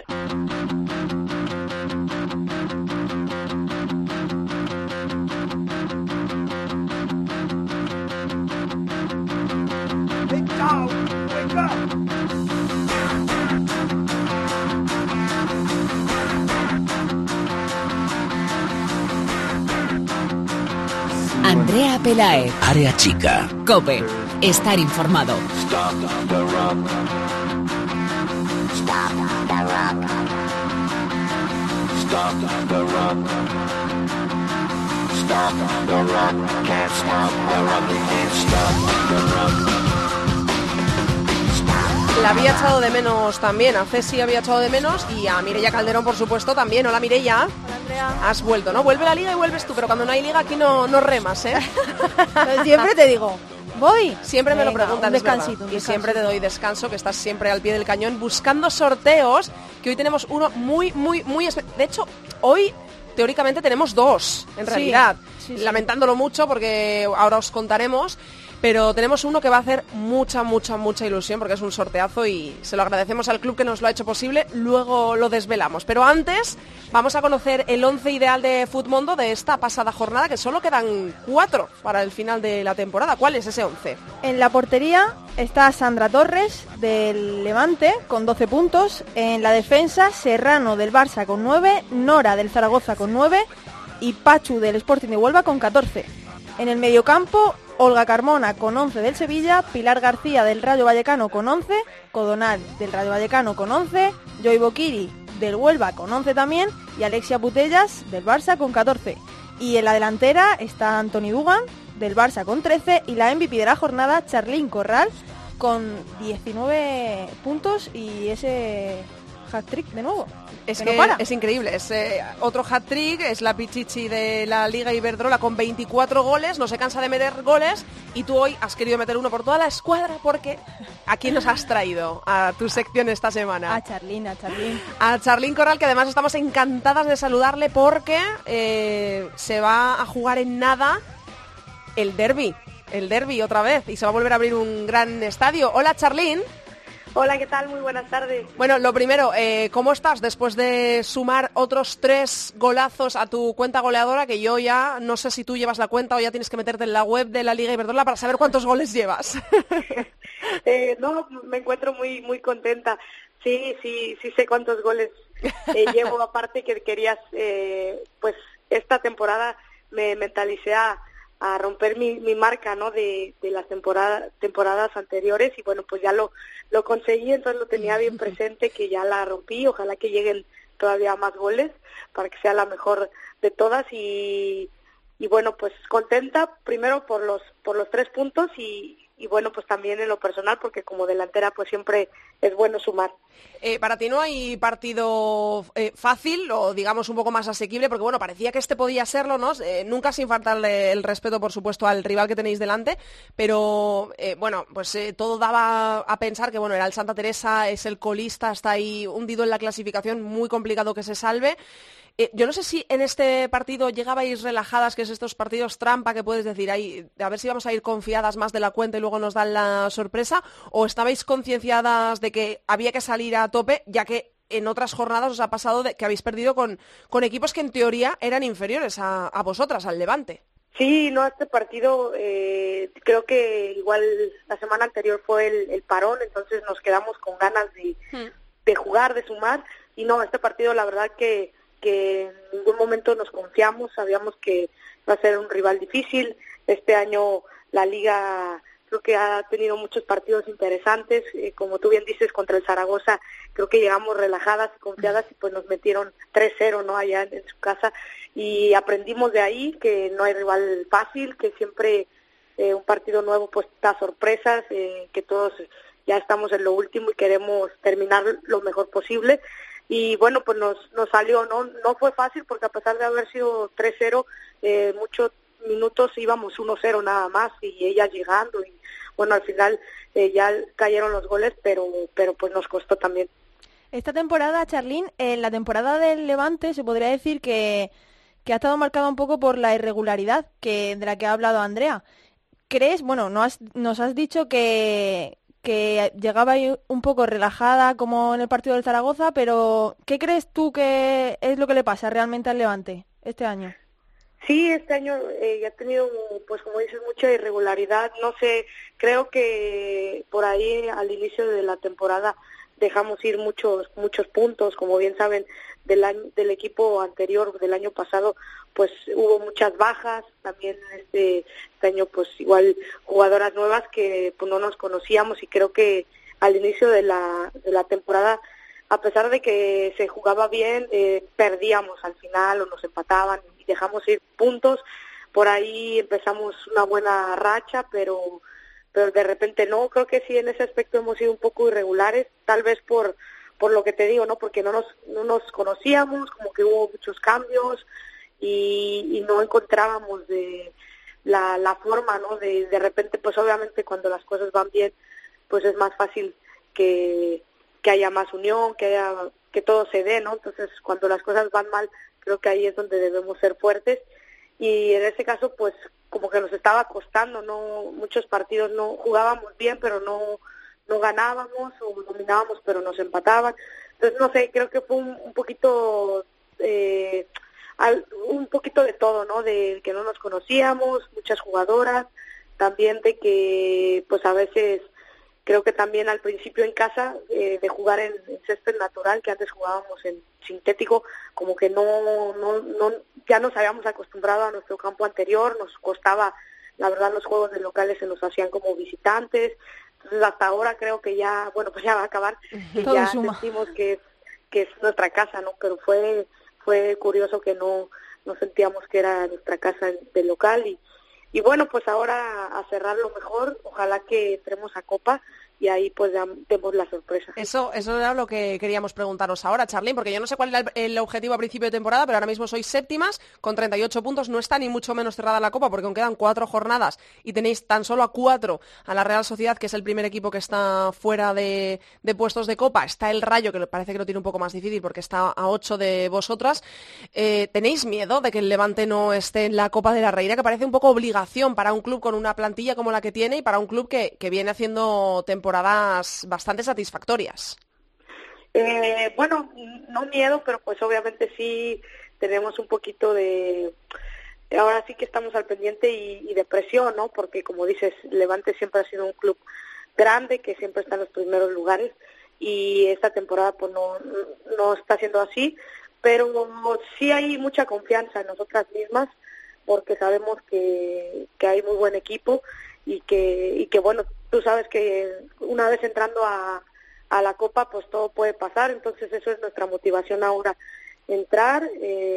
Andrea Peláez. Área chica. COPE. Estar informado. Stop the rock. Stop the rock. Stop the rock. Stop the rock. Can't stop the rock. Can't stop the rock. La había echado de menos también, a Ceci había echado de menos y a Mireia Calderón, por supuesto, también. Hola, Mireia. Hola, Andrea. Has vuelto, ¿no? Vuelve la liga y vuelves tú, pero cuando no hay liga aquí no remas, ¿eh? Siempre te digo, voy. Siempre me lo preguntas, un descansito, y siempre te doy descanso, que estás siempre al pie del cañón buscando sorteos, que hoy tenemos uno muy, muy, muy... De hecho, hoy teóricamente tenemos dos, en realidad. Sí. Lamentándolo mucho porque ahora os contaremos. Pero tenemos uno que va a hacer mucha, mucha, mucha ilusión porque es un sorteazo y se lo agradecemos al club que nos lo ha hecho posible. Luego lo desvelamos. Pero antes vamos a conocer el 11 ideal de Futmundo de esta pasada jornada, que solo quedan 4 para el final de la temporada. ¿Cuál es ese 11? En la portería está Sandra Torres del Levante con 12 puntos. En la defensa, Serrano del Barça con 9, Nora del Zaragoza con 9 y Pachu del Sporting de Huelva con 14. En el mediocampo, Olga Carmona con 11 del Sevilla, Pilar García del Rayo Vallecano con 11, Codonal del Rayo Vallecano con 11, Joy Bokiri del Huelva con 11 también y Alexia Putellas del Barça con 14. Y en la delantera está Antoni Dugan del Barça con 13 y la MVP de la jornada, Charlín Corral, con 19 puntos y ese hat-trick de nuevo. Es que es increíble, es otro hat-trick, es la Pichichi de la Liga Iberdrola con 24 goles, no se cansa de meter goles y tú hoy has querido meter uno por toda la escuadra porque ¿a quién nos has traído a tu sección esta semana? A Charlín. A Charlín Corral, que además estamos encantadas de saludarle porque se va a jugar en nada el derbi otra vez y se va a volver a abrir un gran estadio. Hola, Charlín. Hola, ¿qué tal? Muy buenas tardes. Bueno, lo primero, ¿cómo estás después de sumar otros 3 golazos a tu cuenta goleadora? Que yo ya no sé si tú llevas la cuenta o ya tienes que meterte en la web de la Liga Iberdrola para saber cuántos goles llevas. No, me encuentro muy muy contenta. Sí sé cuántos goles llevo. Aparte que querías, pues esta temporada me mentalicé a romper mi marca, ¿no? De las temporadas anteriores y bueno, pues ya lo conseguí, entonces lo tenía bien presente que ya la rompí. Ojalá que lleguen todavía más goles para que sea la mejor de todas y bueno, pues contenta primero por los 3 puntos y bueno, pues también en lo personal porque como delantera pues siempre es bueno sumar. Para ti no hay partido fácil o digamos un poco más asequible porque bueno, parecía que este podía serlo, ¿no? Nunca sin faltarle el respeto por supuesto al rival que tenéis delante, pero bueno, pues todo daba a pensar que bueno, era el Santa Teresa, es el colista, está ahí hundido en la clasificación, muy complicado que se salve. Yo no sé si en este partido llegabais relajadas, que es estos partidos trampa que puedes decir, ahí, a ver si vamos a ir confiadas más de la cuenta y luego nos dan la sorpresa, o estabais concienciadas de que había que salir a tope, ya que en otras jornadas os ha pasado que habéis perdido con equipos que en teoría eran inferiores a vosotras, al Levante. Sí, no, este partido creo que igual la semana anterior fue el parón, entonces nos quedamos con ganas de jugar, de sumar, y no, este partido la verdad que en ningún momento nos confiamos, sabíamos que va a ser un rival difícil. Este año la Liga creo que ha tenido muchos partidos interesantes, como tú bien dices, contra el Zaragoza creo que llegamos relajadas y confiadas y pues nos metieron 3-0, ¿no?, allá en su casa, y aprendimos de ahí que no hay rival fácil, que siempre un partido nuevo pues da sorpresas, que todos ya estamos en lo último y queremos terminar lo mejor posible. Y bueno, pues nos salió, no fue fácil porque a pesar de haber sido 3-0, muchos minutos íbamos 1-0 nada más y ellas llegando, y bueno, al final ya cayeron los goles, pero pues nos costó también. Esta temporada, Charlín, la temporada del Levante se podría decir que ha estado marcada un poco por la irregularidad de la que ha hablado Andrea. ¿Crees? Bueno, nos has dicho que llegaba ahí un poco relajada como en el partido del Zaragoza, pero ¿qué crees tú que es lo que le pasa realmente al Levante este año? Sí, este año ya ha tenido, pues como dices, mucha irregularidad. No sé, creo que por ahí al inicio de la temporada dejamos ir muchos puntos. Como bien saben, del equipo anterior, del año pasado, pues hubo muchas bajas. También este año, pues igual jugadoras nuevas que pues no nos conocíamos, y creo que al inicio de la temporada, a pesar de que se jugaba bien, perdíamos al final o nos empataban y dejamos ir puntos. Por ahí empezamos una buena racha, pero de repente no. Creo que sí, en ese aspecto hemos sido un poco irregulares, tal vez por lo que te digo, ¿no? Porque no nos conocíamos, como que hubo muchos cambios y no encontrábamos de la forma, ¿no? De repente, pues obviamente cuando las cosas van bien, pues es más fácil que haya más unión, que todo se dé, ¿no? Entonces, cuando las cosas van mal, creo que ahí es donde debemos ser fuertes, y en ese caso, pues, como que nos estaba costando, ¿no? Muchos partidos no jugábamos bien, pero no ganábamos, o dominábamos, pero nos empataban. Entonces, no sé, creo que fue un poquito de todo, ¿no? De que no nos conocíamos, muchas jugadoras, también de que, pues, a veces creo que también al principio en casa, de jugar en césped natural, que antes jugábamos en sintético, como que ya nos habíamos acostumbrado a nuestro campo anterior, nos costaba, la verdad, los juegos de locales se nos hacían como visitantes. Entonces hasta ahora creo que ya, bueno, pues ya va a acabar, y ya sentimos que es nuestra casa, ¿no? Pero fue curioso que no sentíamos que era nuestra casa de local, y bueno, pues ahora a cerrarlo mejor, ojalá que entremos a Copa y ahí pues demos la sorpresa. Eso era lo que queríamos preguntaros ahora, Charlín, porque yo no sé cuál era el objetivo a principio de temporada, pero ahora mismo sois séptimas con 38 puntos, no está ni mucho menos cerrada la Copa, porque aún quedan 4 jornadas y tenéis tan solo a 4 a la Real Sociedad, que es el primer equipo que está fuera de puestos de Copa. Está el Rayo, que parece que lo tiene un poco más difícil porque está a 8 de vosotras. ¿Tenéis miedo de que el Levante no esté en la Copa de la Reina, que parece un poco obligación para un club con una plantilla como la que tiene y para un club que viene haciendo temporadas bastante satisfactorias? Bueno, no miedo, pero pues obviamente sí tenemos un poquito de... Ahora sí que estamos al pendiente y de presión, ¿no? Porque como dices, Levante siempre ha sido un club grande, que siempre está en los primeros lugares, y esta temporada pues no está siendo así, pero sí hay mucha confianza en nosotras mismas, porque sabemos que hay muy buen equipo, y que bueno, tú sabes que una vez entrando a la Copa, pues todo puede pasar. Entonces eso es nuestra motivación ahora, entrar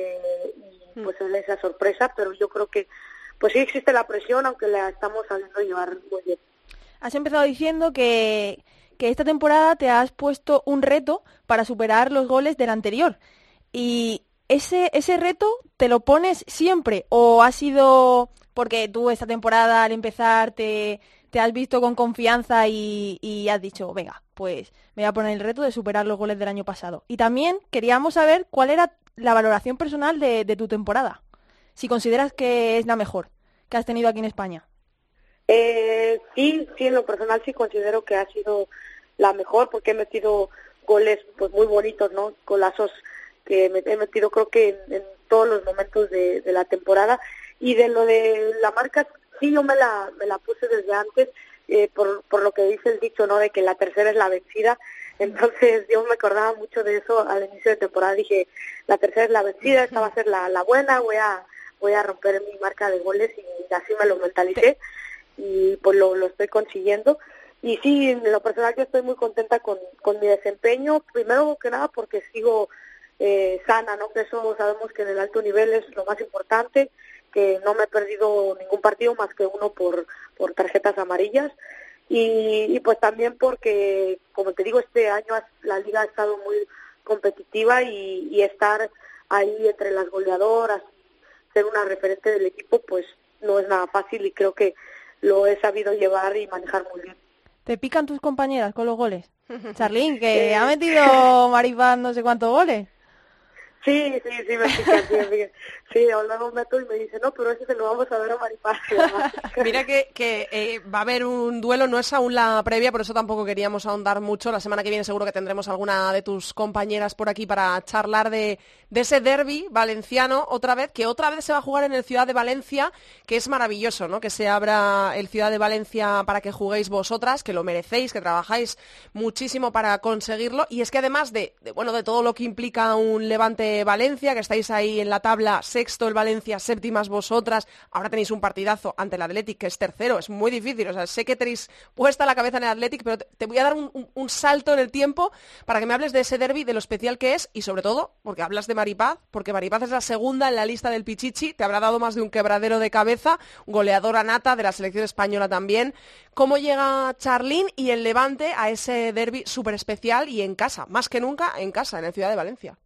y pues es esa sorpresa, pero yo creo que pues sí existe la presión, aunque la estamos sabiendo llevar muy bien. Has empezado diciendo que esta temporada te has puesto un reto para superar los goles del anterior, y ese reto ¿te lo pones siempre o ha sido porque tú esta temporada al empezar te has visto con confianza y has dicho, venga, pues me voy a poner el reto de superar los goles del año pasado? Y también queríamos saber cuál era la valoración personal de tu temporada, si consideras que es la mejor que has tenido aquí en España. Sí, en lo personal sí considero que ha sido la mejor, porque he metido goles pues muy bonitos, ¿no? Golazos que he metido creo que en todos los momentos de la temporada. Y de lo de la marca, sí, yo me la puse desde antes, por lo que dice el dicho, ¿no? De que la tercera es la vencida. Entonces yo me acordaba mucho de eso al inicio de temporada. Dije, la tercera es la vencida, esta va a ser la buena, voy a romper mi marca de goles, y así me lo mentalicé, y pues lo estoy consiguiendo. Y sí, en lo personal yo estoy muy contenta con mi desempeño, primero que nada porque sigo sana, ¿no? Que eso sabemos que en el alto nivel es lo más importante, que no me he perdido ningún partido más que uno por tarjetas amarillas, y pues también porque, como te digo, este año la liga ha estado muy competitiva, y estar ahí entre las goleadoras, ser una referente del equipo, pues no es nada fácil, y creo que lo he sabido llevar y manejar muy bien. ¿Te pican tus compañeras con los goles? Charlín, que ha metido Maripaz no sé cuántos goles. Sí, me pican. Sí, luego meto y me dice, no, pero ese se lo vamos a ver a Maripaz. Mira que va a haber un duelo, no es aún la previa, por eso tampoco queríamos ahondar mucho. La semana que viene seguro que tendremos alguna de tus compañeras por aquí para charlar de ese derbi valenciano otra vez se va a jugar en el Ciudad de Valencia, que es maravilloso, ¿no? Que se abra el Ciudad de Valencia para que juguéis vosotras, que lo merecéis, que trabajáis muchísimo para conseguirlo. Y es que además de todo lo que implica un Levante-Valencia, que estáis ahí en la tabla, sexto el Valencia, séptimas vosotras, ahora tenéis un partidazo ante el Athletic, que es tercero, es muy difícil, o sea, sé que tenéis puesta la cabeza en el Athletic, pero te voy a dar un salto en el tiempo para que me hables de ese derbi, de lo especial que es, y sobre todo, porque hablas de Maripaz, porque Maripaz es la segunda en la lista del Pichichi, te habrá dado más de un quebradero de cabeza, goleadora nata de la selección española también. ¿Cómo llega Charlín y el Levante a ese derbi súper especial y en casa, más que nunca en casa, en el Ciudad de Valencia?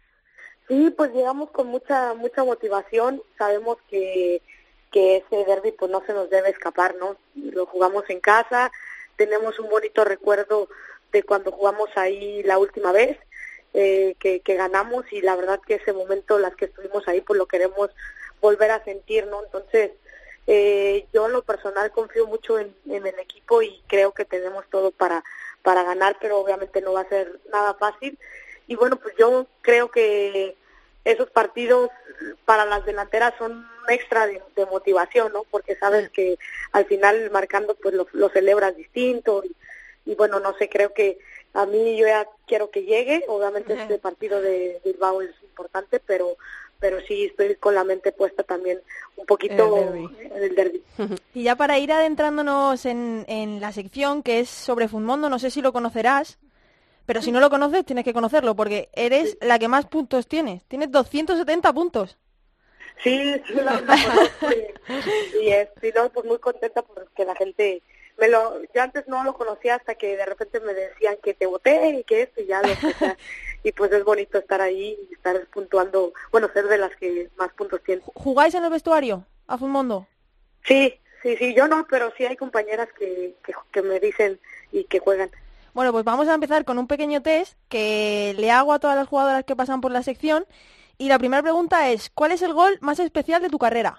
Sí, pues llegamos con mucha motivación. Sabemos que ese derbi pues no se nos debe escapar, ¿no? Lo jugamos en casa, tenemos un bonito recuerdo de cuando jugamos ahí la última vez, que ganamos, y la verdad que ese momento, las que estuvimos ahí, pues lo queremos volver a sentir, ¿no? Entonces, yo en lo personal confío mucho en el equipo, y creo que tenemos todo para ganar, pero obviamente no va a ser nada fácil. Y bueno, pues yo creo que esos partidos para las delanteras son un extra de motivación, ¿no? Porque sabes que al final marcando pues lo celebras distinto, y bueno, no sé, creo que a mí yo ya quiero que llegue. Obviamente este partido de Bilbao es importante, pero sí estoy con la mente puesta también un poquito en el derbi. Y ya para ir adentrándonos en la sección que es sobre Futmundo, no sé si lo conocerás, pero si no lo conoces tienes que conocerlo, porque eres la que más puntos tienes. Tienes 270 puntos. Sí, la conozco, y estoy pues muy contenta porque la gente yo antes no lo conocía hasta que de repente me decían que te voté y que esto, y ya lo sé. Y pues es bonito estar ahí y estar puntuando, bueno, ser de las que más puntos tienen. ¿Jugáis en el vestuario a Futmundo? Sí, yo no, pero sí hay compañeras que me dicen y que juegan. Bueno, pues vamos a empezar con un pequeño test que le hago a todas las jugadoras que pasan por la sección. Y la primera pregunta es, ¿cuál es el gol más especial de tu carrera?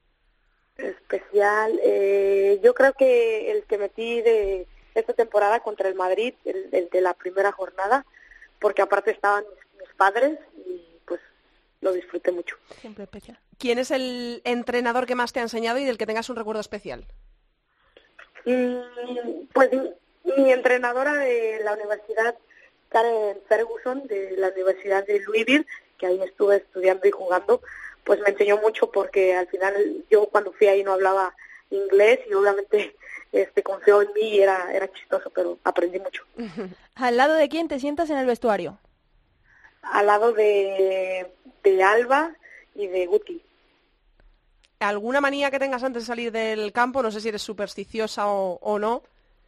Especial, yo creo que el que metí de esta temporada contra el Madrid, el de la primera jornada, porque aparte estaban mis padres y pues lo disfruté mucho. Siempre especial. ¿Quién es el entrenador que más te ha enseñado y del que tengas un recuerdo especial? Pues mi entrenadora de la universidad, Karen Ferguson, de la Universidad de Louisville, que ahí estuve estudiando y jugando, pues me enseñó mucho, porque al final yo cuando fui ahí no hablaba inglés, y obviamente confió en mí, y era chistoso, pero aprendí mucho. ¿Al lado de quién te sientas en el vestuario? Al lado de Alba y de Guti. ¿Alguna manía que tengas antes de salir del campo? No sé si eres supersticiosa o no.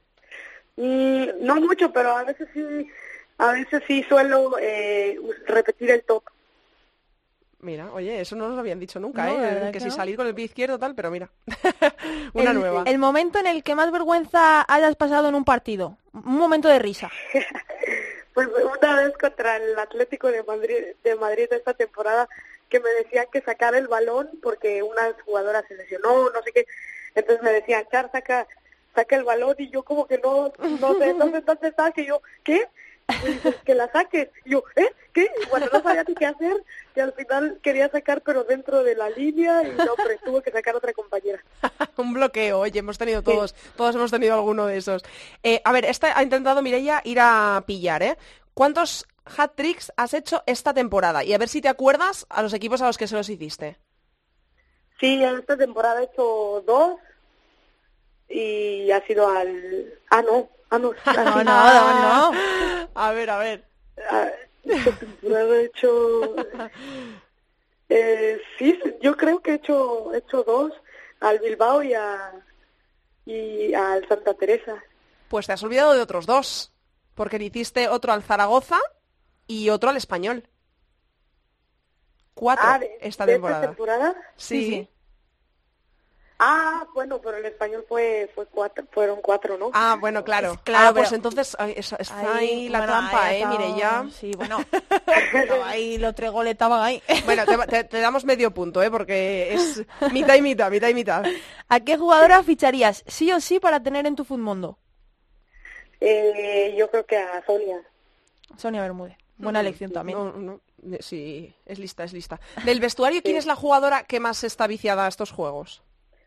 No mucho, pero a veces sí suelo repetir el top. Mira, oye, eso no nos lo habían dicho nunca, no, que si salir con el pie izquierdo tal, pero mira, una nueva. El momento en el que más vergüenza hayas pasado en un partido, un momento de risa. Pues una vez contra el Atlético de Madrid esta temporada, que me decían que sacara el balón porque una jugadora se lesionó, no sé qué, entonces me decían, Char, saca el balón, y yo como que no sé dónde está, que yo, ¿qué? me dices que la saques. Y yo, ¿qué? Y bueno, no sabía ni qué hacer, y al final quería sacar, pero dentro de la línea, y no, pero tuvo que sacar otra compañera. Un bloqueo, oye, hemos tenido todos hemos tenido alguno de esos. A ver, esta ha intentado Mireia ir a pillar, ¿eh? ¿Cuántos hat-tricks has hecho esta temporada? Y a ver si te acuerdas a los equipos a los que se los hiciste. Sí, en esta temporada he hecho 2 y ha sido al... no. A ver. Esta temporada he hecho... sí, yo creo que he hecho 2 al Bilbao y al Santa Teresa. Pues te has olvidado de otros 2, porque le hiciste otro al Zaragoza y otro al Español. 4 esta temporada. ¿Esta temporada? Sí. Bueno, pero el Español fueron 4, ¿no? Bueno, claro. Claro, pues pero... entonces está ahí la trampa, Mireia. Sí, bueno, ahí los 3 goles estaban ahí. Bueno, te damos medio punto, porque es mitad y mitad. ¿A qué jugadora ficharías sí o sí para tener en tu Futmundo? Yo creo que a Sonia Bermúdez. Buena elección también. No, sí, es lista. Del vestuario, ¿quién es la jugadora que más está viciada a estos juegos?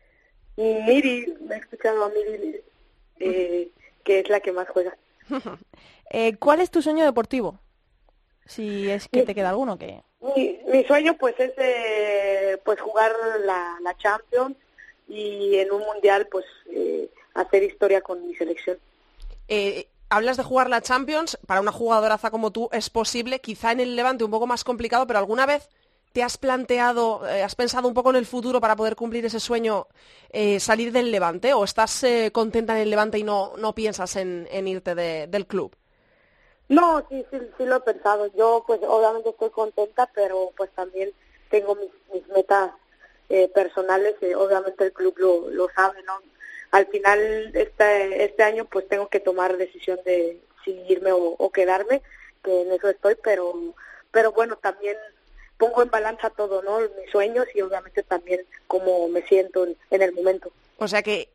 Miri, me he escuchado a Miri, que es la que más juega. ¿Cuál es tu sueño deportivo? Si es que te queda alguno que... Mi sueño pues es pues jugar la Champions y en un mundial pues hacer historia con mi selección. Hablas de jugar la Champions, para una jugadoraza como tú es posible, quizá en el Levante un poco más complicado, pero ¿alguna vez te has planteado, has pensado un poco en el futuro para poder cumplir ese sueño, salir del Levante, o estás contenta en el Levante y no piensas en irte del club? No, sí lo he pensado. Yo pues obviamente estoy contenta, pero pues también tengo mis metas personales, obviamente el club lo sabe, ¿no? Al final este año pues tengo que tomar decisión de si irme o quedarme, que en eso estoy, pero bueno, también pongo en balanza todo, ¿no? Mis sueños y obviamente también cómo me siento en el momento. O sea que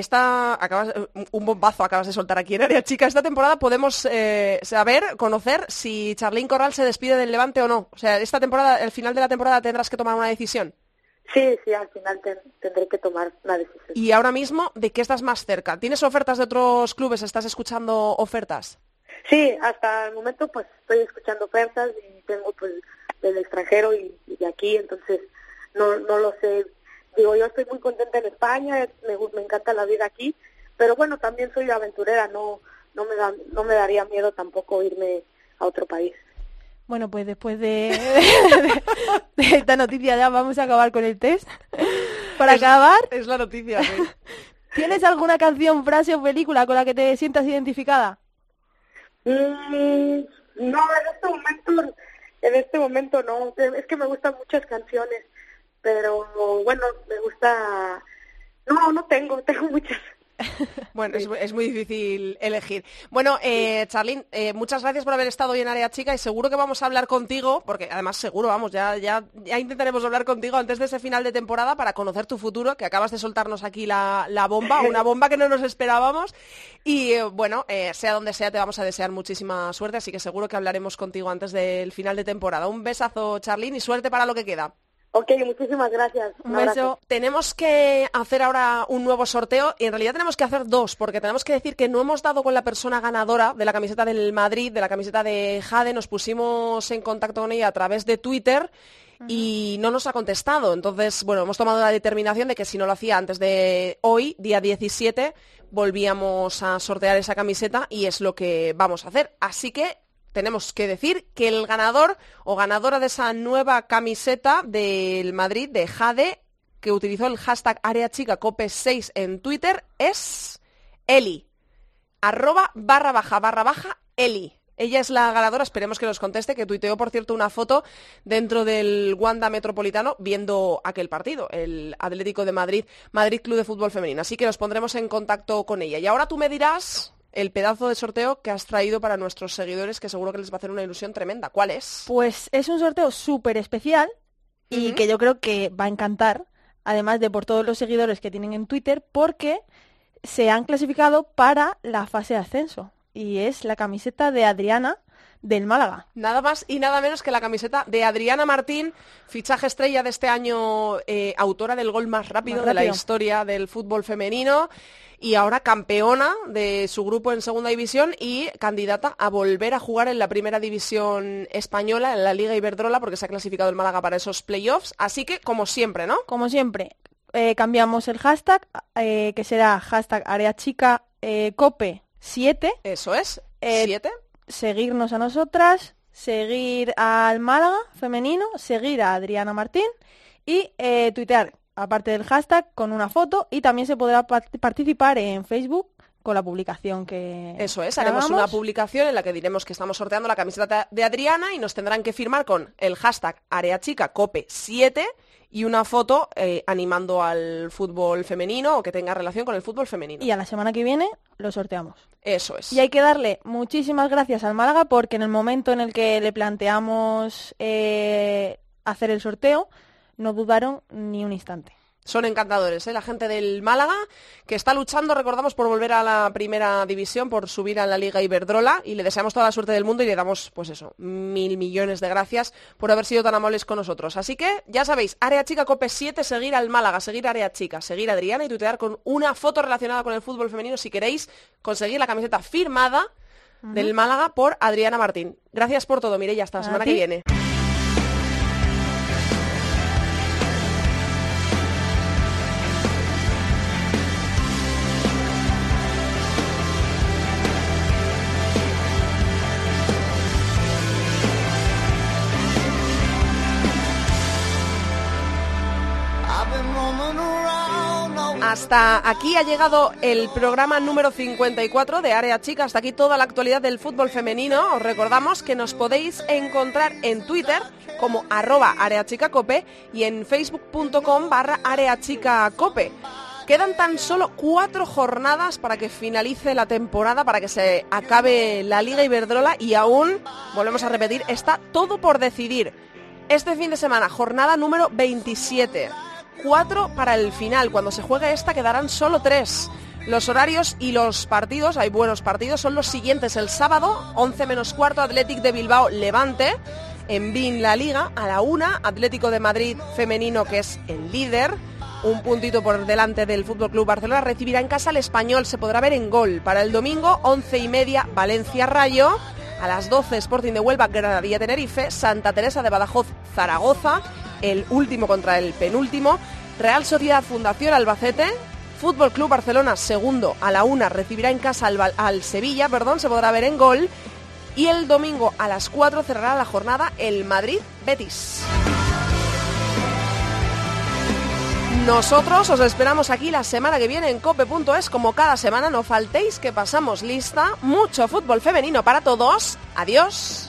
un bombazo acabas de soltar aquí en Área Chica. Esta temporada podemos conocer si Charlín Corral se despide del Levante o no. O sea, esta temporada, al final de la temporada tendrás que tomar una decisión. Sí, al final tendré que tomar una decisión. Y ahora mismo, ¿de qué estás más cerca? ¿Tienes ofertas de otros clubes? ¿Estás escuchando ofertas? Sí, hasta el momento pues estoy escuchando ofertas y tengo pues del extranjero y de aquí, entonces no lo sé. Digo, yo estoy muy contenta en España, me encanta la vida aquí, pero bueno, también soy aventurera, no me daría miedo tampoco irme a otro país. Bueno, pues después de esta noticia ya vamos a acabar con el test. Para acabar... Es la noticia, ¿sí? ¿Tienes alguna canción, frase o película con la que te sientas identificada? No, en este momento no. Es que me gustan muchas canciones, pero bueno, me gusta... No tengo muchas. Bueno, es muy difícil elegir. Bueno, Charlín, muchas gracias por haber estado hoy en Área Chica y seguro que vamos a hablar contigo, porque además seguro, vamos, ya intentaremos hablar contigo antes de ese final de temporada para conocer tu futuro, que acabas de soltarnos aquí la bomba, una bomba que no nos esperábamos. Y bueno, sea donde sea, te vamos a desear muchísima suerte, así que seguro que hablaremos contigo antes del final de temporada. Un besazo, Charlín, y suerte para lo que queda. Ok, muchísimas gracias. Un beso. Tenemos que hacer ahora un nuevo sorteo y en realidad tenemos que hacer 2 porque tenemos que decir que no hemos dado con la persona ganadora de la camiseta del Madrid, de la camiseta de Jade. Nos pusimos en contacto con ella a través de Twitter y no nos ha contestado. Entonces, bueno, hemos tomado la determinación de que si no lo hacía antes de hoy, día 17, volvíamos a sortear esa camiseta y es lo que vamos a hacer. Así que tenemos que decir que el ganador o ganadora de esa nueva camiseta del Madrid, de Jade, que utilizó el hashtag AreaChicaCope6 en Twitter, es Eli, @_Eli. Ella es la ganadora, esperemos que nos conteste, que tuiteó, por cierto, una foto dentro del Wanda Metropolitano viendo aquel partido, el Atlético de Madrid, Madrid Club de Fútbol Femenino. Así que nos pondremos en contacto con ella. Y ahora tú me dirás el pedazo de sorteo que has traído para nuestros seguidores, que seguro que les va a hacer una ilusión tremenda. ¿Cuál es? Pues es un sorteo súper especial y que yo creo que va a encantar, además de por todos los seguidores que tienen en Twitter, porque se han clasificado para la fase de ascenso. y es la camiseta de Adriana del Málaga. Nada más y nada menos que la camiseta de Adriana Martín, fichaje estrella de este año, autora del gol más rápido de la historia del fútbol femenino y ahora campeona de su grupo en segunda división y candidata a volver a jugar en la primera división española, en la Liga Iberdrola, porque se ha clasificado el Málaga para esos playoffs. Así que, como siempre, ¿no? Como siempre, cambiamos el hashtag, que será hashtag areachica cope 7. Eso es, 7. Seguirnos a nosotras, seguir al Málaga femenino, seguir a Adriana Martín y tuitear, aparte del hashtag, con una foto, y también se podrá participar en Facebook con la publicación que... Eso es, haremos una publicación en la que diremos que estamos sorteando la camiseta de Adriana y nos tendrán que firmar con el hashtag areachicacope7 y una foto animando al fútbol femenino o que tenga relación con el fútbol femenino. Y a la semana que viene lo sorteamos. Eso es. Y hay que darle muchísimas gracias al Málaga porque en el momento en el que le planteamos hacer el sorteo, no dudaron ni un instante. Son encantadores, la gente del Málaga, que está luchando, recordamos, por volver a la primera división, por subir a la Liga Iberdrola, y le deseamos toda la suerte del mundo y le damos, pues eso, 1.000 millones de gracias por haber sido tan amables con nosotros. Así que, ya sabéis, Área Chica Cope 7, seguir al Málaga, seguir a Área Chica, seguir a Adriana y tuitear con una foto relacionada con el fútbol femenino si queréis conseguir la camiseta firmada del Málaga por Adriana Martín. Gracias por todo, Mireia, hasta la semana que viene. Hasta aquí ha llegado el programa número 54 de Área Chica. Hasta aquí toda la actualidad del fútbol femenino. Os recordamos que nos podéis encontrar en Twitter como @areachicacope y en facebook.com/areachicacope. Quedan tan solo 4 jornadas para que finalice la temporada, para que se acabe la Liga Iberdrola y aún, volvemos a repetir, está todo por decidir. Este fin de semana, jornada número 27. 4 para el final. Cuando se juegue esta quedarán solo 3. Los horarios y los partidos, hay buenos partidos, son los siguientes. El sábado, 11 menos cuarto, Athletic de Bilbao Levante. En BIN La Liga, a la 1, Atlético de Madrid femenino, que es el líder, un puntito por delante del FC Barcelona, recibirá en casa al Español, se podrá ver en Gol. Para el domingo, 11:30, Valencia Rayo. A las 12, Sporting de Huelva, Granadilla Tenerife. Santa Teresa de Badajoz, Zaragoza, el último contra el penúltimo. Real Sociedad Fundación Albacete. FC Barcelona, segundo, a la 1, recibirá en casa al Sevilla, se podrá ver en Gol. Y el domingo a las 4 cerrará la jornada el Madrid Betis. Nosotros os esperamos aquí la semana que viene en cope.es, como cada semana. No faltéis, que pasamos lista. Mucho fútbol femenino para todos. Adiós.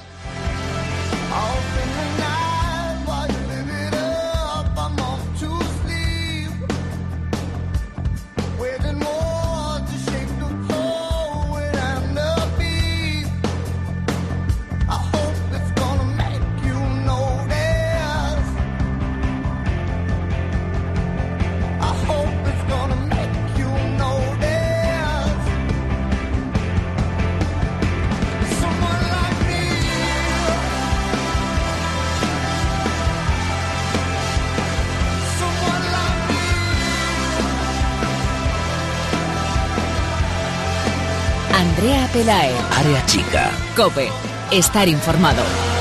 Andrea Pelae. Área Chica. Cope. Estar informado.